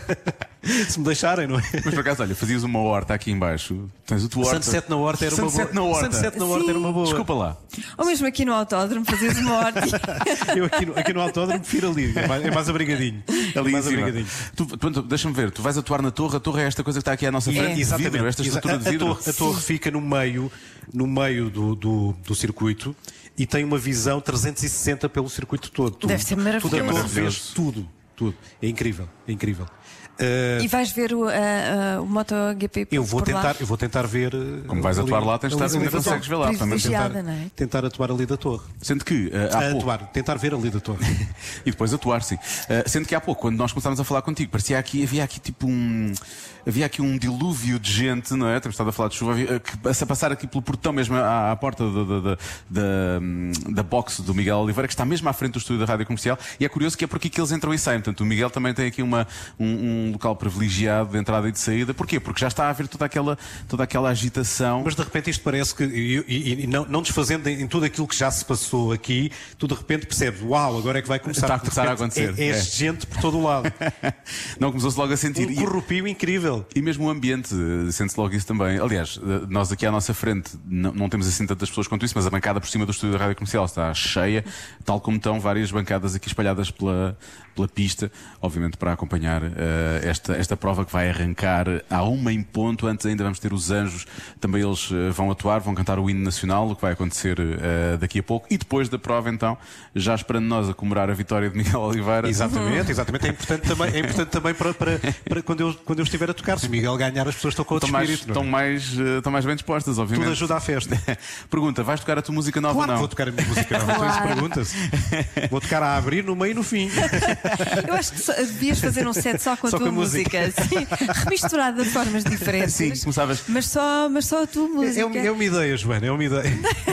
Se me deixarem, não é? Mas por acaso, olha, fazias uma horta aqui em baixo. Tens o tua horta. Sunset na horta era uma Sunset boa. na horta. Sunset na horta era uma boa. Desculpa lá. Ou mesmo aqui no autódromo fazias uma horta. Eu aqui no, aqui no autódromo prefiro ali. É mais, é mais abrigadinho. Ali é mais em cima. abrigadinho. Tu, pronto, deixa-me ver, tu vais atuar na torre. A torre é esta coisa que está aqui à nossa frente. É. De Exatamente. vidro, esta estrutura de a, vidro. a, torre, a torre fica no meio, no meio do, do, do circuito e tem uma visão trezentos e sessenta pelo circuito todo. Tudo, Deve ser maravilhoso. Tudo a torre Maravilhoso. fez tudo, tudo. É incrível, é incrível. Uh, E vais ver o, a- a- o MotoGP por eu vou por lá? tentar, eu vou tentar ver. uh, Como vais ali- atuar lá, tens de ali- estar ainda ali- consegues ver lá. Também Privilegiada, tentar, não é? tentar atuar ali da torre. sendo que uh, há A pouco. atuar, tentar ver ali da torre. E depois atuar, sim. Uh, sendo que há pouco, quando nós começámos a falar contigo, parecia aqui, havia aqui tipo um. Havia aqui um dilúvio de gente, não é? Temos estado a falar de chuva, havia, que, a passar aqui pelo portão mesmo à, à porta da, da, da, da, da box do Miguel Oliveira, que está mesmo à frente do estúdio da Rádio Comercial, e é curioso que é por aqui que eles entram e saem. Portanto, o Miguel também tem aqui uma, um, um local privilegiado de entrada e de saída. Porquê? Porque já está a haver toda aquela, toda aquela agitação. Mas de repente isto parece que, e, e- e não, não desfazendo em, em tudo aquilo que já se passou aqui, tu de repente percebes, uau, agora é que vai começar, Está a de começar a repente acontecer. É, é É. gente por todo o lado. Não começou-se logo a sentir. Um E- corrupio incrível. E mesmo o ambiente, eh, sente-se logo isso também. Aliás, eh, nós aqui à nossa frente não, não temos assim tantas pessoas quanto isso, mas a bancada por cima do estúdio da Rádio Comercial está cheia, tal como estão várias bancadas aqui espalhadas pela, pela pista, obviamente para acompanhar eh, esta, esta prova que vai arrancar a uma em ponto. Antes ainda vamos ter os Anjos, também eles eh, vão atuar, vão cantar o hino nacional, o que vai acontecer eh, daqui a pouco. E depois da prova, então, já esperando nós a comemorar a vitória de Miguel Oliveira. Exatamente, exatamente. É importante também, é importante também para, para, para quando, eu, quando eu estiver a tocar. Se o Miguel ganhar, as pessoas estão com outro Estão mais, espírito. estão, não é? mais, eh, estão mais bem dispostas, obviamente. Tudo ajuda à festa. Pergunta, vais tocar a tua música nova Claro ou que não? vou tocar a minha música nova. Então isso Claro. pergunta-se. Vou tocar a abrir, no meio e no fim. Eu acho que só- devias fazer um set só com a Só tua com a música. música, sim, remisturada de formas diferentes. Sim, começavas- Mas só, mas só a tua música. É, uma- é uma ideia, Joana, é uma ideia.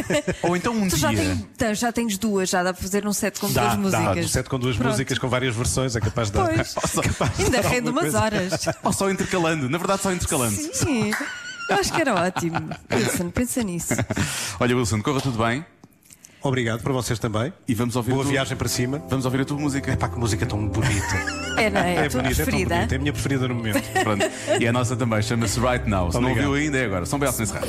Ou então um Tu dia. já, tem- então, já tens duas, já dá para fazer um set com Dá, duas dá. músicas. Um set com duas Pronto. músicas, com várias versões, é capaz de dar. Pois, capaz de ainda dar rende alguma umas coisa. horas. Ou só intercalando, na verdade só intercalando. Sim, eu acho que era ótimo. Wilson, pensa nisso. Olha, Wilson, corra tudo bem Obrigado para vocês também. e vamos ouvir, Boa a tua- viagem para cima. vamos ouvir a tua música. Pá, que música tão bonita. É, não é? É a tua bonita, é tão preferida? bonita. É a minha preferida no momento. Pronto. E a nossa também chama-se Right Now. Se não Obrigado. ouviu ainda, é agora. São Belos nesse rádio.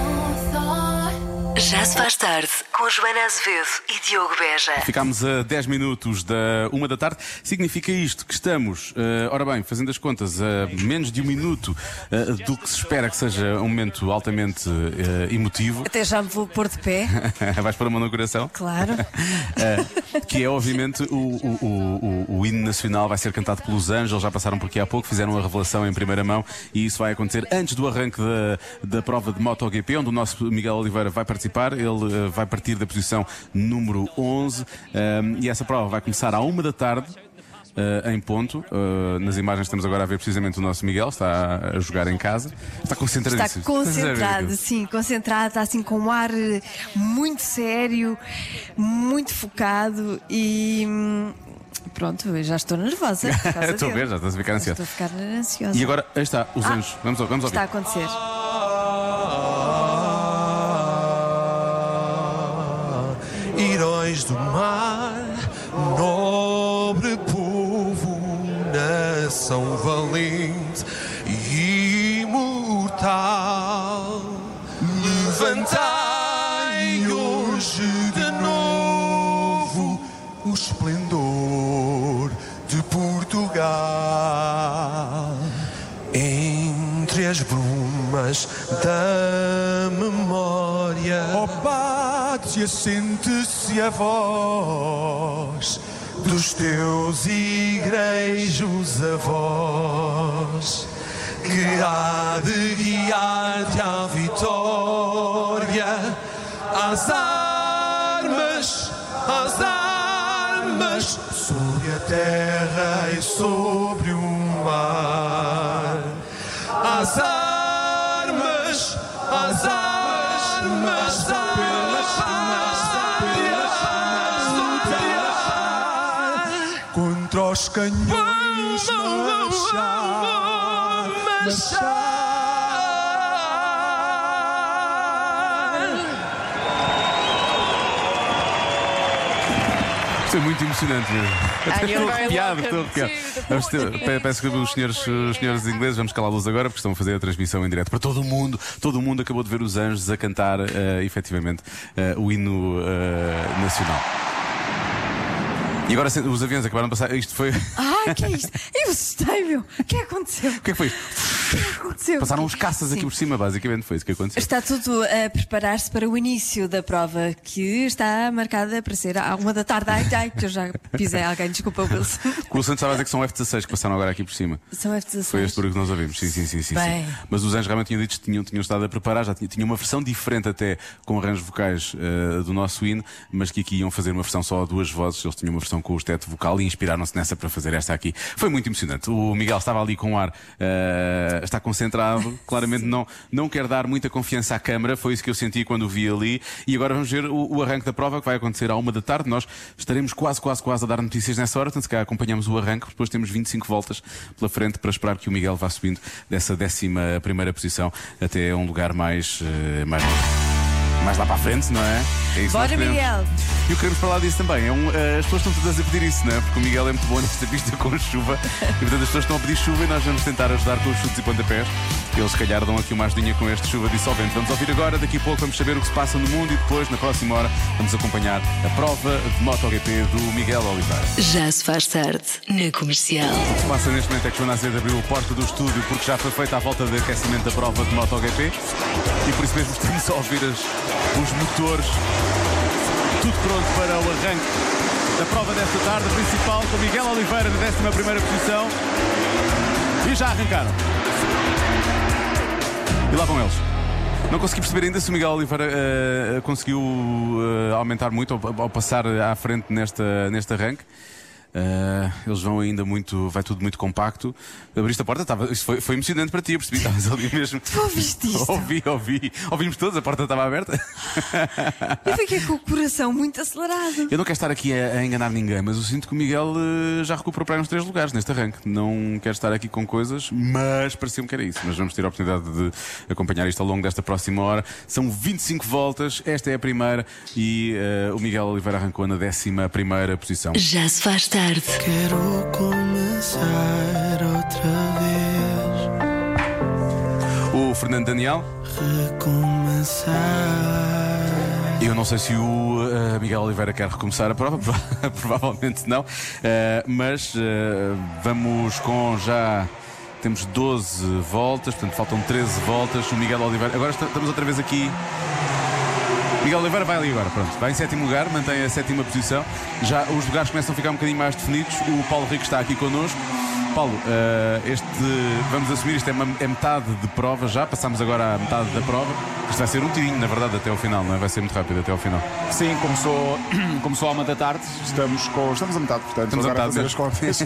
Já se faz tarde com Joana Azevedo e Diogo Beja. Ficámos a dez minutos da uma da tarde. Significa isto que estamos, eh, ora bem, fazendo as contas, a menos de um minuto eh, do que se espera que seja um momento altamente eh, emotivo. Até já me vou pôr de pé, Vais pôr a mão no coração? claro. Uh, que é obviamente o, o, o, o, o hino nacional vai ser cantado pelos Anjos. Eles já passaram por aqui há pouco, fizeram a revelação em primeira mão e isso vai acontecer antes do arranque da, da prova de MotoGP, onde o nosso Miguel Oliveira vai participar. Ele uh, vai partir da posição número onze um, e essa prova vai começar à uma da tarde. uh, em ponto. Uh, nas imagens estamos agora a ver precisamente o nosso Miguel, está a jogar em casa. Está concentradíssimo. Está concentrado, sim, concentrado, está assim com um ar muito sério, muito focado e. Pronto, eu já estou nervosa. Estou a ver, já estás a ficar ansiosa. Estou a ficar ansiosa. E agora, aí está, os ah, anjos. Vamos, vamos ouvir. Está a acontecer. Heróis do mar, nobre povo, nação valente e imortal. Levantai hoje de novo o esplendor de Portugal. Entre as brumas da memória, ó pátria, sente-se a voz dos teus igrejos avós, que há de guiar-te à vitória, às armas, às armas, sobre a terra e sobre o mar. Às armas, às armas, pelas pátria, contra os canhões marchar, marchar. Isto é muito emocionante mesmo. Estou arrepiado, estou arrepiado. Vamos ter- Peço que os senhores, os senhores ingleses, vamos calá-los agora, porque estão a fazer a transmissão em direto para todo o mundo. Todo o mundo acabou de ver os anjos a cantar, uh, efetivamente, uh, o hino uh, nacional. E agora os aviões acabaram de passar. Isto foi. Ai, que é isto? Eu assustei-me. O que é que aconteceu? O que é que foi? O que é que aconteceu? Passaram uns caças aqui Sim. por cima, basicamente foi isso que aconteceu. Está tudo a preparar-se para o início da prova, que está marcada para ser à uma da tarde. Ai, ai, que eu já pisei alguém, desculpa, Wilson. O Wilson estava a dizer que são F dezasseis que passaram agora aqui por cima. São F dezasseis. Foi este barulho que nós ouvimos, sim, sim, sim, sim, Bem. sim. Mas os anjos realmente tinham dito que tinham, tinham estado a preparar, já tinham, tinham uma versão diferente até com arranjos vocais uh, do nosso hino, mas que aqui iam fazer uma versão só a duas vozes. Eles tinham uma versão com o esteto vocal e inspiraram-se nessa para fazer esta aqui. Foi muito emocionante. O Miguel estava ali com o ar, uh, está concentrado, claramente não, não quer dar muita confiança à câmara, foi isso que eu senti quando o vi ali. E agora vamos ver o, o arranque da prova, que vai acontecer à uma da tarde. Nós estaremos quase, quase, quase a dar notícias nessa hora, portanto, se calhar acompanhamos o arranque, depois temos vinte e cinco voltas pela frente para esperar que o Miguel vá subindo dessa décima primeira posição até um lugar mais, uh, mais mais lá para a frente, não é? É isso. Bora, que nós queremos. Miguel! E o que queremos falar disso também é um, uh, as pessoas estão todas a pedir isso, não é? Porque o Miguel é muito bom nesta pista com chuva e portanto as pessoas estão a pedir chuva e nós vamos tentar ajudar com os chutes e pontapés. Eles se calhar dão aqui uma ajudinha com este chuva dissolvente. Vamos ouvir agora, daqui a pouco vamos saber o que se passa no mundo e depois, na próxima hora, vamos acompanhar a prova de MotoGP do Miguel Oliveira. Já se faz tarde na Comercial. O que se passa neste momento é que Joana Azevedo abriu a porta do estúdio porque já foi feita a volta de aquecimento da prova de MotoGP e por isso mesmo estamos a ouvir as, os motores, tudo pronto para o arranque da prova desta tarde, a principal com Miguel Oliveira na décima primeira posição e já arrancaram. E lá vão eles. Não consegui perceber ainda se o Miguel Oliveira uh, conseguiu uh, aumentar muito ao, ao passar à frente nesta, neste arranque. Uh, eles vão ainda muito, vai tudo muito compacto. Abriste a porta, estava, isso foi, foi emocionante para ti, eu percebi, estavas ali mesmo. Tu ouviste isto? Ouvi, ouvi, ouvimos todos, a porta estava aberta. Eu fiquei com o coração muito acelerado. Eu não quero estar aqui a, a enganar ninguém, mas eu sinto que o Miguel uh, já recuperou para aí uns três lugares neste arranque. Não quero estar aqui com coisas, mas parecia-me que era isso. Mas vamos ter a oportunidade de acompanhar isto ao longo desta próxima hora. São vinte e cinco voltas, esta é a primeira e uh, o Miguel Oliveira arrancou na décima primeira posição. Já se faz tarde. Quero começar outra vez. O Fernando Daniel. Recomeçar. Eu não sei se o uh, Miguel Oliveira quer recomeçar a prova, provavelmente não, uh, mas uh, vamos com já. Temos doze voltas, portanto faltam treze voltas. O Miguel Oliveira. Agora estamos outra vez aqui. Miguel Oliveira vai ali agora, pronto. Vai em sétimo lugar, mantém a sétima posição. Já os lugares começam a ficar um bocadinho mais definidos. O Paulo Rico está aqui connosco. Paulo, uh, este, vamos assumir, isto é, uma, é metade de prova já, passamos agora à metade da prova. Isto vai ser um tirinho, na verdade, até ao final, não é? Vai ser muito rápido até ao final. Sim, começou, começou à uma da tarde, estamos, com, estamos a metade, portanto, estamos agora a, metade, a fazer as contas.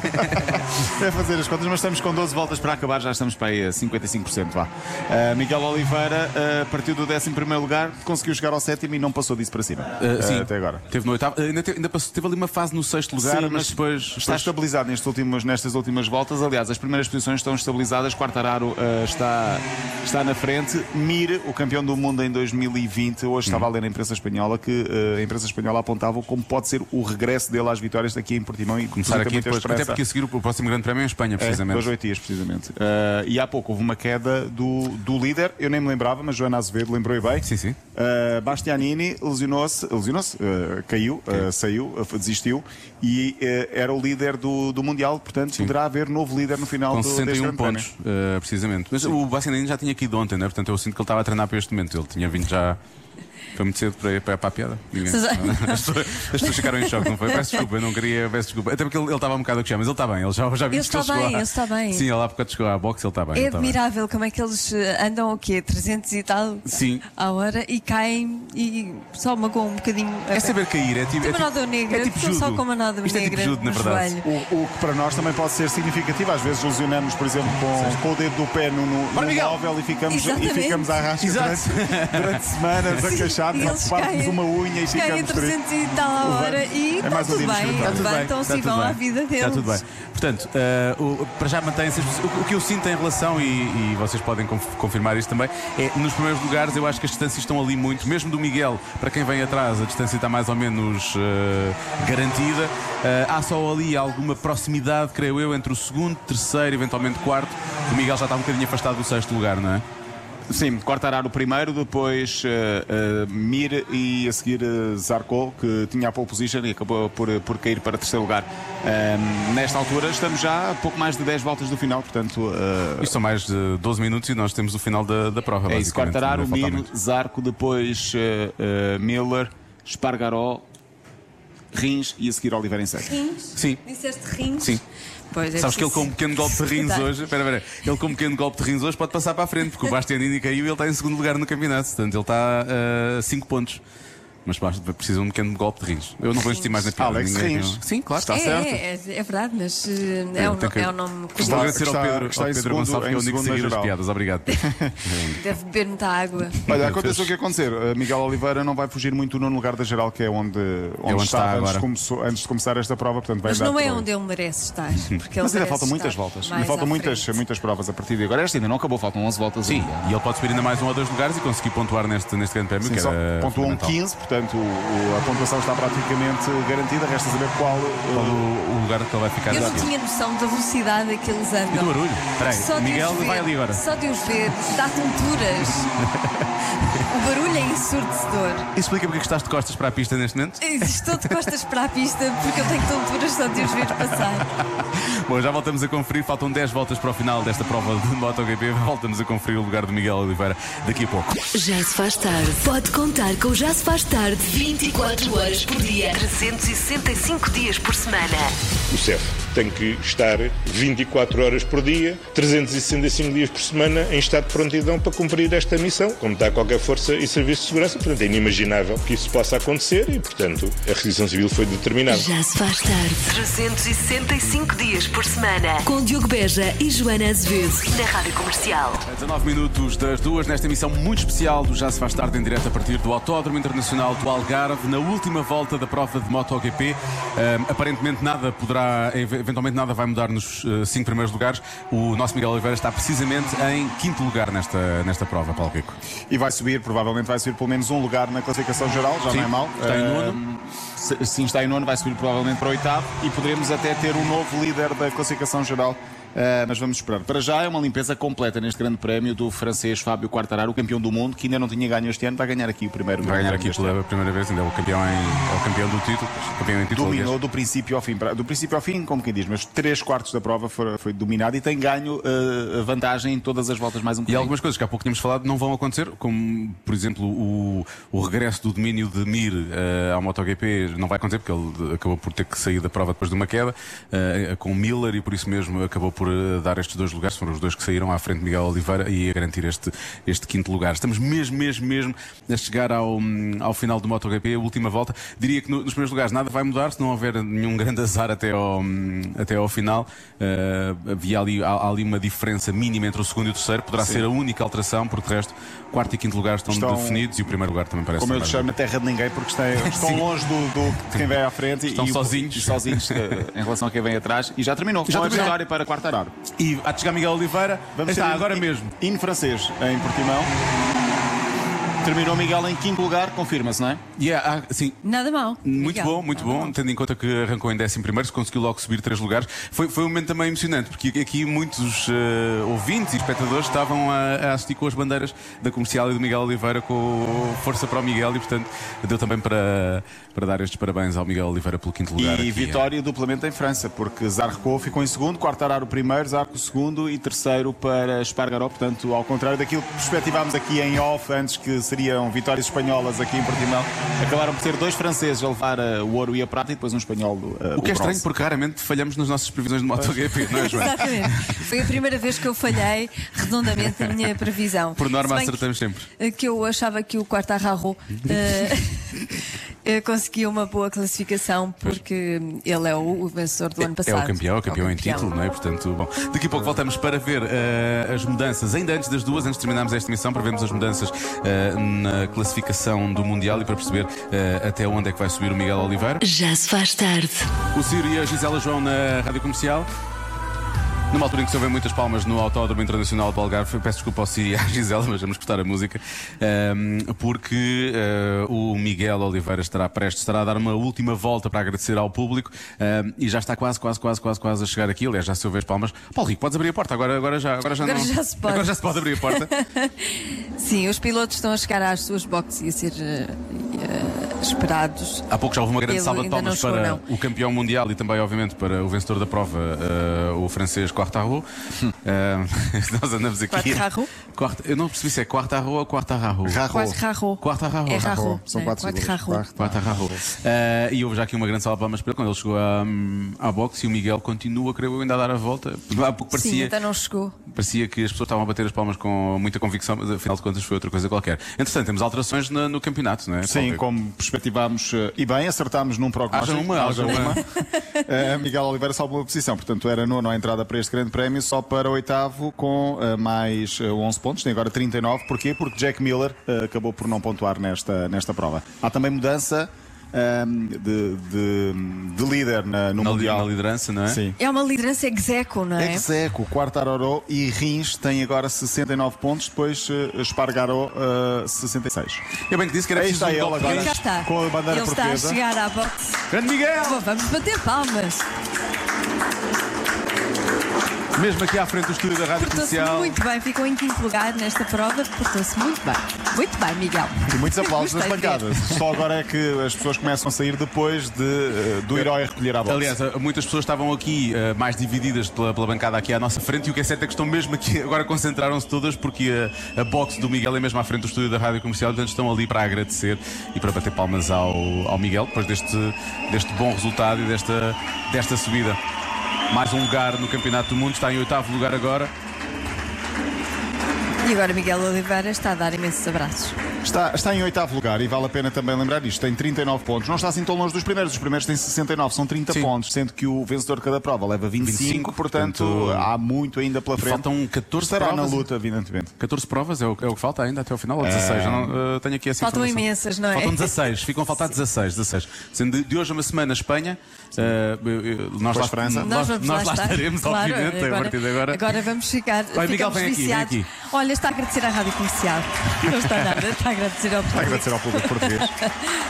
É fazer as contas, mas estamos com doze voltas para acabar, já estamos para aí a cinquenta e cinco por cento. Vá. Uh, Miguel Oliveira uh, partiu do décimo primeiro lugar, conseguiu chegar ao sétimo e não passou disso para cima. Uh, sim, uh, até agora. Teve no oitavo, uh, ainda, teve, ainda passou, teve ali uma fase no sexto lugar, sim, mas, mas depois. Está depois... estabilizado nestes últimos, nestas últimas voltas. Aliás, as primeiras posições estão estabilizadas. Quartararo uh, está, está na frente. Mir, o campeão do mundo em dois mil e vinte, hoje hum. estava a ler na imprensa espanhola que uh, a imprensa espanhola apontava como pode ser o regresso dele às vitórias daqui em Portimão e começar aqui depois, até porque a seguir o próximo grande prémio é em Espanha, precisamente. É, dois, oito dias, precisamente. Uh, e há pouco houve uma queda do, do líder, eu nem me lembrava, mas Joana Azevedo lembrou bem. Sim, sim. Uh, Bastianini lesionou-se, lesionou-se uh, caiu, uh, saiu, uh, desistiu e uh, era o líder do, do Mundial, portanto sim. poderá haver novo líder no final com do sessenta e um pontos, uh, precisamente. Mas sim. o Bastianini já tinha aqui de ontem, né? Portanto eu sinto que ele estava a treinar para este momento. Ele tinha vindo já. Foi muito cedo para, para, para a piada. As pessoas, as pessoas ficaram em choque, não foi? Peço desculpa, eu não queria, peço desculpa. Até porque ele, ele estava um bocado a queixar, mas ele está bem, ele já, já viu que ele está bem, ele está bem. Sim, ele há bocado chegou à boxe, ele está bem. É admirável como é que eles andam o quê? trezentos e tal Sim. à hora e caem e só magoam um bocadinho. É saber cair, é tipo. É tipo, negra, é tipo judo. Só com uma nódoa negra. É tipo judo, na verdade. O, o que para nós também pode ser significativo, às vezes lesionamos, por exemplo, com, com o dedo do pé no, no, no móvel e ficamos, e ficamos à rasca durante, durante semanas, acachados, ocuparmos uma unha e ficamos trezentos e tal à hora e é está tudo bem, levantam-se e vão à vida deles. Está tudo bem. Portanto, uh, o, para já mantém-se. O, o que eu sinto em relação, e, e vocês podem conf, confirmar isto também, é nos primeiros lugares eu acho que as distâncias estão ali muito, mesmo do Miguel, para quem vem atrás, a distância está mais ou menos uh, garantida. Uh, há só ali alguma proximidade, creio eu, entre o segundo, terceiro, eventualmente quarto. O Miguel já está um bocadinho afastado do sexto lugar, não é? Sim, Quartararo o primeiro, depois uh, uh, Mir e a seguir uh, Zarco, que tinha a pole position e acabou por, por cair para terceiro lugar. Uh, nesta altura estamos já a pouco mais de dez voltas do final, portanto... Uh, Isto são mais de doze minutos e nós temos o final da, da prova, é isso, Quartararo, Mir, Zarco, depois uh, uh, Miller, Espargaró, Rins e a seguir Oliveira em sétimo. Rins? Sim. Disseste Rins? Sim. Pois é. Sabes que ele com um pequeno golpe de rins hoje, espera, espera, ele com um pequeno golpe de rins hoje pode passar para a frente, porque o Bastianini caiu e ele está em segundo lugar no campeonato, portanto ele está a uh, cinco pontos. Mas basta, precisa de um pequeno golpe de rins. Eu não vou insistir mais na piada. Alex Rins. Sim, claro, está é, certo. É, é, é verdade, mas uh, é, um, que... é um nome curioso. Vou agradecer ao Pedro, ao Pedro Gonçalves, que é o único que seguir as piadas. Obrigado. Deve beber muita água. Olha, aconteceu o que acontecer. Miguel Oliveira não vai fugir muito do nono lugar da geral, que é onde, onde, é onde está, está antes, começou, antes de começar esta prova. Portanto, vai mas não é onde ele merece estar. Porque mas ainda faltam muitas voltas. Ainda faltam muitas, muitas provas a partir de agora. Esta ainda não acabou, faltam onze voltas. Sim, e ele pode subir ainda mais um ou dois lugares e conseguir pontuar neste, neste grande prémio. Sim, que só era pontuou um quinze, portanto o, a pontuação está praticamente garantida. Resta saber qual, qual o, o lugar que ele vai ficar. Eu não tinha noção da velocidade a que eles andam. E do barulho. Espera aí, Miguel vai ali agora. Só de os ver, dá tonturas. O barulho é ensurdecedor. Explica porque estás de costas para a pista neste momento? Estou de costas para a pista porque eu tenho tonturas só de os ver passar. Bom, já voltamos a conferir. Faltam dez voltas para o final desta prova de MotoGP. Voltamos a conferir o lugar de Miguel Oliveira daqui a pouco. Já se faz tarde. Pode contar com o Já se faz tarde vinte e quatro horas por dia, trezentos e sessenta e cinco dias por semana. O C E F tem que estar vinte e quatro horas por dia, trezentos e sessenta e cinco dias por semana em estado de prontidão para cumprir esta missão, como está qualquer força e serviço de segurança. Portanto, é inimaginável que isso possa acontecer e, portanto, a requisição civil foi determinada. Já se faz tarde. trezentos e sessenta e cinco dias por semana. Com Diogo Beja e Joana Azevedo. Na Rádio Comercial. dezanove minutos das duas, nesta emissão muito especial do Já se faz tarde, em direto a partir do Autódromo Internacional do Algarve, na última volta da prova de MotoGP. Um, aparentemente nada poderá, eventualmente nada vai mudar nos uh, cinco primeiros lugares. O nosso Miguel Oliveira está precisamente em quinto lugar nesta, nesta prova, Paulo Rico. E vai subir, provavelmente vai subir pelo menos um lugar na classificação geral, já sim, não é mau. Está em nono. Uh, sim, está em nono, vai subir provavelmente para o oitavo e poderemos até ter um novo líder da classificação geral Uh, mas vamos esperar. Para já é uma limpeza completa neste grande prémio do francês Fábio Quartararo, o campeão do mundo, que ainda não tinha ganho este ano, vai ganhar aqui o primeiro. Vai ganhar aqui pela primeira vez, ainda é o campeão, em, é o campeão do título. Campeão em título, Dominou aliás. do princípio ao fim. Do princípio ao fim, como quem diz, mas três quartos da prova foi, foi dominado e tem ganho uh, vantagem em todas as voltas mais um bocadinho. E algumas coisas que há pouco tínhamos falado não vão acontecer, como por exemplo o, o regresso do domínio de Mir uh, ao MotoGP não vai acontecer porque ele acabou por ter que sair da prova depois de uma queda uh, com Miller e por isso mesmo acabou por uh, dar estes dois lugares. Foram os dois que saíram à frente de Miguel Oliveira e a garantir este, este quinto lugar. Estamos mesmo, mesmo, mesmo a chegar ao, ao final do MotoGP, a última volta. Diria que no, nos primeiros lugares nada vai mudar se não houver nenhum grande azar até ao, até ao final. Uh, havia ali, há, há ali uma diferença mínima entre o segundo e o terceiro. Poderá Sim. ser a única alteração, porque de resto, quarto e quinto lugar estão, Estão- definidos e o primeiro lugar também parece Como eu estar te chamo, na terra de ninguém, porque estão, estão Sim. longe do, do- de quem vem à frente Estão e, o- sozinhos. e sozinhos eh, em relação a quem vem atrás. E já terminou. Já Com a terminou. vitória para Quartararo. E há de chegar Miguel Oliveira. Vamos Está ter agora hino- mesmo. Hino francês em Portimão. Terminou Miguel em quinto lugar, confirma-se, não é? Yeah, ah, sim. Nada mal. Muito Miguel, bom, muito nada bom, mal. tendo em conta que arrancou em décimo primeiro, se conseguiu logo subir três lugares. Foi, foi um momento também emocionante, porque aqui muitos uh, ouvintes e espectadores estavam a, a assistir com as bandeiras da Comercial e do Miguel Oliveira, com força para o Miguel, e portanto deu também para, para dar estes parabéns ao Miguel Oliveira pelo quinto lugar. E aqui, vitória duplamente em França, porque Zarco ficou em segundo, Quartararo primeiro, Zarco segundo e terceiro para Espargaró. Portanto, ao contrário daquilo que perspectivámos aqui em off, antes que seriam vitórias espanholas aqui em Portimão, acabaram por ter dois franceses a levar uh, o ouro e a prata e depois um espanhol do uh, O que é estranho, bronze. porque raramente falhamos nas nossas previsões de MotoGP, não é, Joana? Exatamente. Foi a primeira vez que eu falhei redondamente a minha previsão. Por norma Se bem acertamos sempre. que, que eu achava que o Quartararo uh, conseguia uma boa classificação porque ele é o, o vencedor do ano É passado. o campeão, é o campeão em campeão. título, não é? Portanto, bom, daqui a pouco voltamos para ver uh, as mudanças, ainda antes das duas, antes de terminarmos esta emissão, para vermos as mudanças uh, na classificação do Mundial e para perceber uh, até onde é que vai subir o Miguel Oliveira. Já se faz tarde. O Ciro e a Gisela João na Rádio Comercial. Numa altura em que se ouvem muitas palmas no Autódromo Internacional do Algarve, peço desculpa ao Ciro e à Gisela, mas vamos cortar a música, um, porque uh, o Miguel Oliveira estará prestes, estará a dar uma última volta para agradecer ao público um, e já está quase, quase, quase, quase, quase a chegar aqui. Aliás, já se ouve as palmas. Paulo Rico, podes abrir a porta? Agora, agora já, agora já Agora não. já se pode. Agora já se pode abrir a porta. Sim, os pilotos estão a chegar às suas boxes e a ser uh, uh, esperados. Há pouco já houve uma grande Ele salva de ainda palmas não chegou, para não. o campeão mundial e também, obviamente, para o vencedor da prova, uh, o francês Quartararo. Uh, nós andamos aqui. Quartararo? Quarta- Eu não percebi se é Quartararo ou Quartararo. Quartararo. Quartararo. É Raro. São né? quatro Quartararo. Quartararo. Uh, e houve já aqui uma grande salva de palmas para ele quando ele chegou à, à boxe e o Miguel continua, creio eu, ainda a dar a volta. Há pouco Sim, parecia, ainda não chegou. parecia que as pessoas estavam a bater as palmas com muita convicção, mas afinal de contas foi outra coisa qualquer. Entretanto, temos alterações no, no campeonato, não é? Sim, Paulo? como perspectivámos, uh, e bem, acertámos num prognóstico. Haja uma, haja uma. Uh, Miguel Oliveira salvou uma posição, portanto era nono à entrada para este grande prémio, só para oitavo com uh, mais uh, onze pontos, tem agora trinta e nove. Porquê? Porque Jack Miller uh, acabou por não pontuar nesta, nesta prova. Há também mudança um, de, de, de líder na, no Na, Mundial. na liderança, não é? Sim. É uma liderança execo, não é? Execo, Quartararo e Rins têm agora sessenta e nove pontos, depois uh, Espargaró uh, sessenta e seis. Eu bem que disse que era Aí preciso está um ele golpe agora. de Já Rins. está. Com a bandeira Ele está a portuguesa. chegar à boxe. Grande Miguel! Bom, vamos bater palmas. Mesmo aqui à frente do estúdio da Rádio Portou-se Comercial. muito bem, ficou em quinto lugar nesta prova, portou-se muito bem. Muito bem, Miguel. E muitos aplausos nas Gostei de ver. bancadas. Só agora é que as pessoas começam a sair depois de, uh, do herói recolher a bola. Aliás, muitas pessoas estavam aqui uh, mais divididas pela, pela bancada aqui à nossa frente e o que é certo é que estão mesmo aqui, agora concentraram-se todas porque a, a box do Miguel é mesmo à frente do estúdio da Rádio Comercial, portanto estão ali para agradecer e para bater palmas ao, ao Miguel depois deste, deste bom resultado e desta, desta subida. Mais um lugar no Campeonato do Mundo, está em oitavo lugar agora. E agora Miguel Oliveira está a dar imensos abraços. Está, está em oitavo lugar e vale a pena também lembrar isto. Tem trinta e nove pontos. Não está assim tão longe dos primeiros. Os primeiros têm sessenta e nove, são trinta Sim. pontos. Sendo que o vencedor de cada prova leva vinte e cinco. vinte e cinco, portanto, portanto, há muito ainda pela frente. Faltam catorze Estará provas. na luta, evidentemente. catorze provas é o, é o que falta ainda até ao final, ou dezasseis? Eu não, uh, tenho aqui essa Faltam informação. imensas, não é? Faltam dezasseis, ficam a faltar dezasseis, dezasseis. Sendo de, de hoje a uma semana Espanha, uh, eu- eu- nós, lá, França. nós, Nós vamos nós lá, lá estar. estaremos, Claro, obviamente, a partir de agora. Agora vamos ficar. Vai, Miguel, ficamos vem aqui, vem viciados. aqui. Olha, está a agradecer à Rádio Comercial. Não está nada, está a agradecer ao Está a público. agradecer ao público português.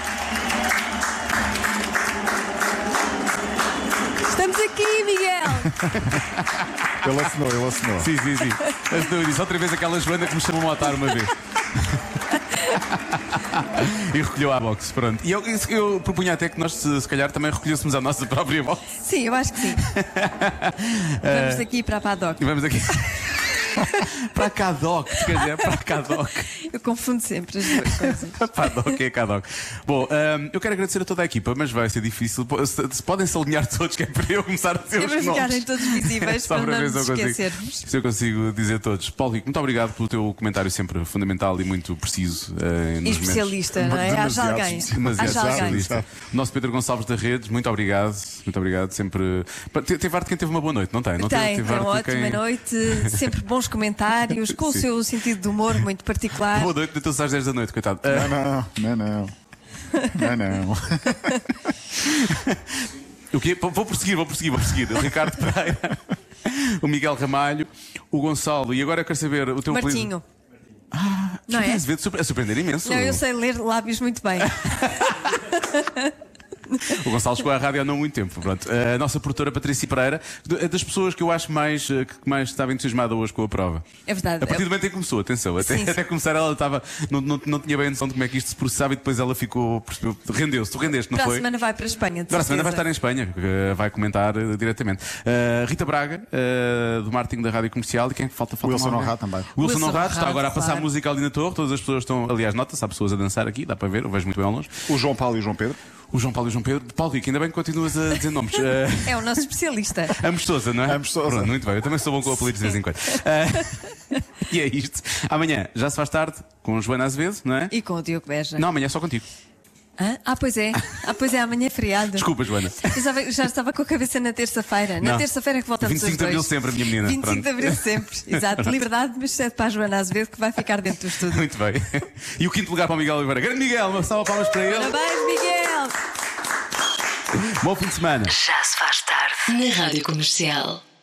Estamos aqui, Miguel! Ele assinou, ele assinou. Sim, sim, sim. Assinou e disse outra vez aquela Joana que me chamou a matar uma vez. E recolheu à box, pronto. E eu, eu propunha até que nós, se, se calhar, também recolhêssemos a nossa própria box. Sim, eu acho que sim. Vamos aqui para a paddock. Vamos aqui. Para a Cadoc, quer dizer, para a Cadoc. Eu confundo sempre as duas coisas. Paddock é Cadoc. Bom, um, eu quero agradecer a toda a equipa, mas vai ser difícil. Se, se podem-se alinhar todos, que é para eu começar a dizer os nomes. Para ficarem todos visíveis, para não nos consigo, esquecermos. se eu consigo dizer todos. Paulo Rico, muito obrigado pelo teu comentário sempre fundamental e muito preciso. Uh, e especialista, momentos. Não é? Haja alguém. Demasiado especialista. O nosso Pedro Gonçalves da Redes, muito obrigado. Muito obrigado. Sempre. Teve arte quem teve uma boa noite, não tem? Não tem, teve, teve tem uma ótima quem... noite, sempre bons comentários, com Sim. o seu sentido de humor muito particular. Boa noite, deitou-se às dez da noite, coitado. Não, não, não, não. Não, não. O quê? Vou prosseguir, vou prosseguir, vou prosseguir. O Ricardo Pereira, o Miguel Ramalho, o Gonçalo, e agora eu quero saber o teu Martinho. Apelido. Ah, não é? A surpreender imenso. Não, eu sei ler lábios muito bem. O Gonçalo chegou à rádio há não muito tempo. Pronto. A nossa produtora Patrícia Pereira é das pessoas que eu acho mais, que mais estava entusiasmada hoje com a prova. É verdade. A partir do momento em que começou, atenção, até, sim, sim. até começar ela estava, não, não, não tinha bem a noção de como é que isto se processava e depois ela ficou, rendeu-se. Tu rendeste, não para foi? Para a semana vai para a Espanha. Para a semana vai estar em Espanha, vai comentar uh, diretamente. Uh, Rita Braga, uh, do marketing da Rádio Comercial, e quem falta? falta Wilson Honrado também. Wilson Honrado está agora a passar claro. música ali na torre, todas as pessoas estão, aliás, nota-se, há pessoas a dançar aqui, dá para ver, eu vejo muito bem ao longe. O João Paulo e o João Pedro. O João Paulo e o João Pedro. Paulo Rico, ainda bem que continuas a dizer nomes. Uh... É o nosso especialista. Amostosa, não é? Amostosa. Pronto, muito bem. Eu também sou bom com apelidos de vez em quando. Uh... E é isto. Amanhã já se faz tarde com Joana Azevedo, não é? E com o Diogo Beja. Não, amanhã é só contigo. Hã? Ah, pois é. Ah, pois é, amanhã é feriado. Desculpa, Joana. Eu já, já estava com a cabeça na terça-feira. Na terça-feira é que voltamos vinte e cinco de Abril sempre, a minha menina. vinte e cinco de Abril sempre. Exato. Liberdade, mas cedo para a Joana Azevedo, que vai ficar dentro do estúdio. Muito bem. E o quinto lugar para o Miguel Oliveira. Grande Miguel, uma salva de palmas para ele. Parabéns, Miguel! Bom fim de semana. Já se faz tarde na Rádio Comercial.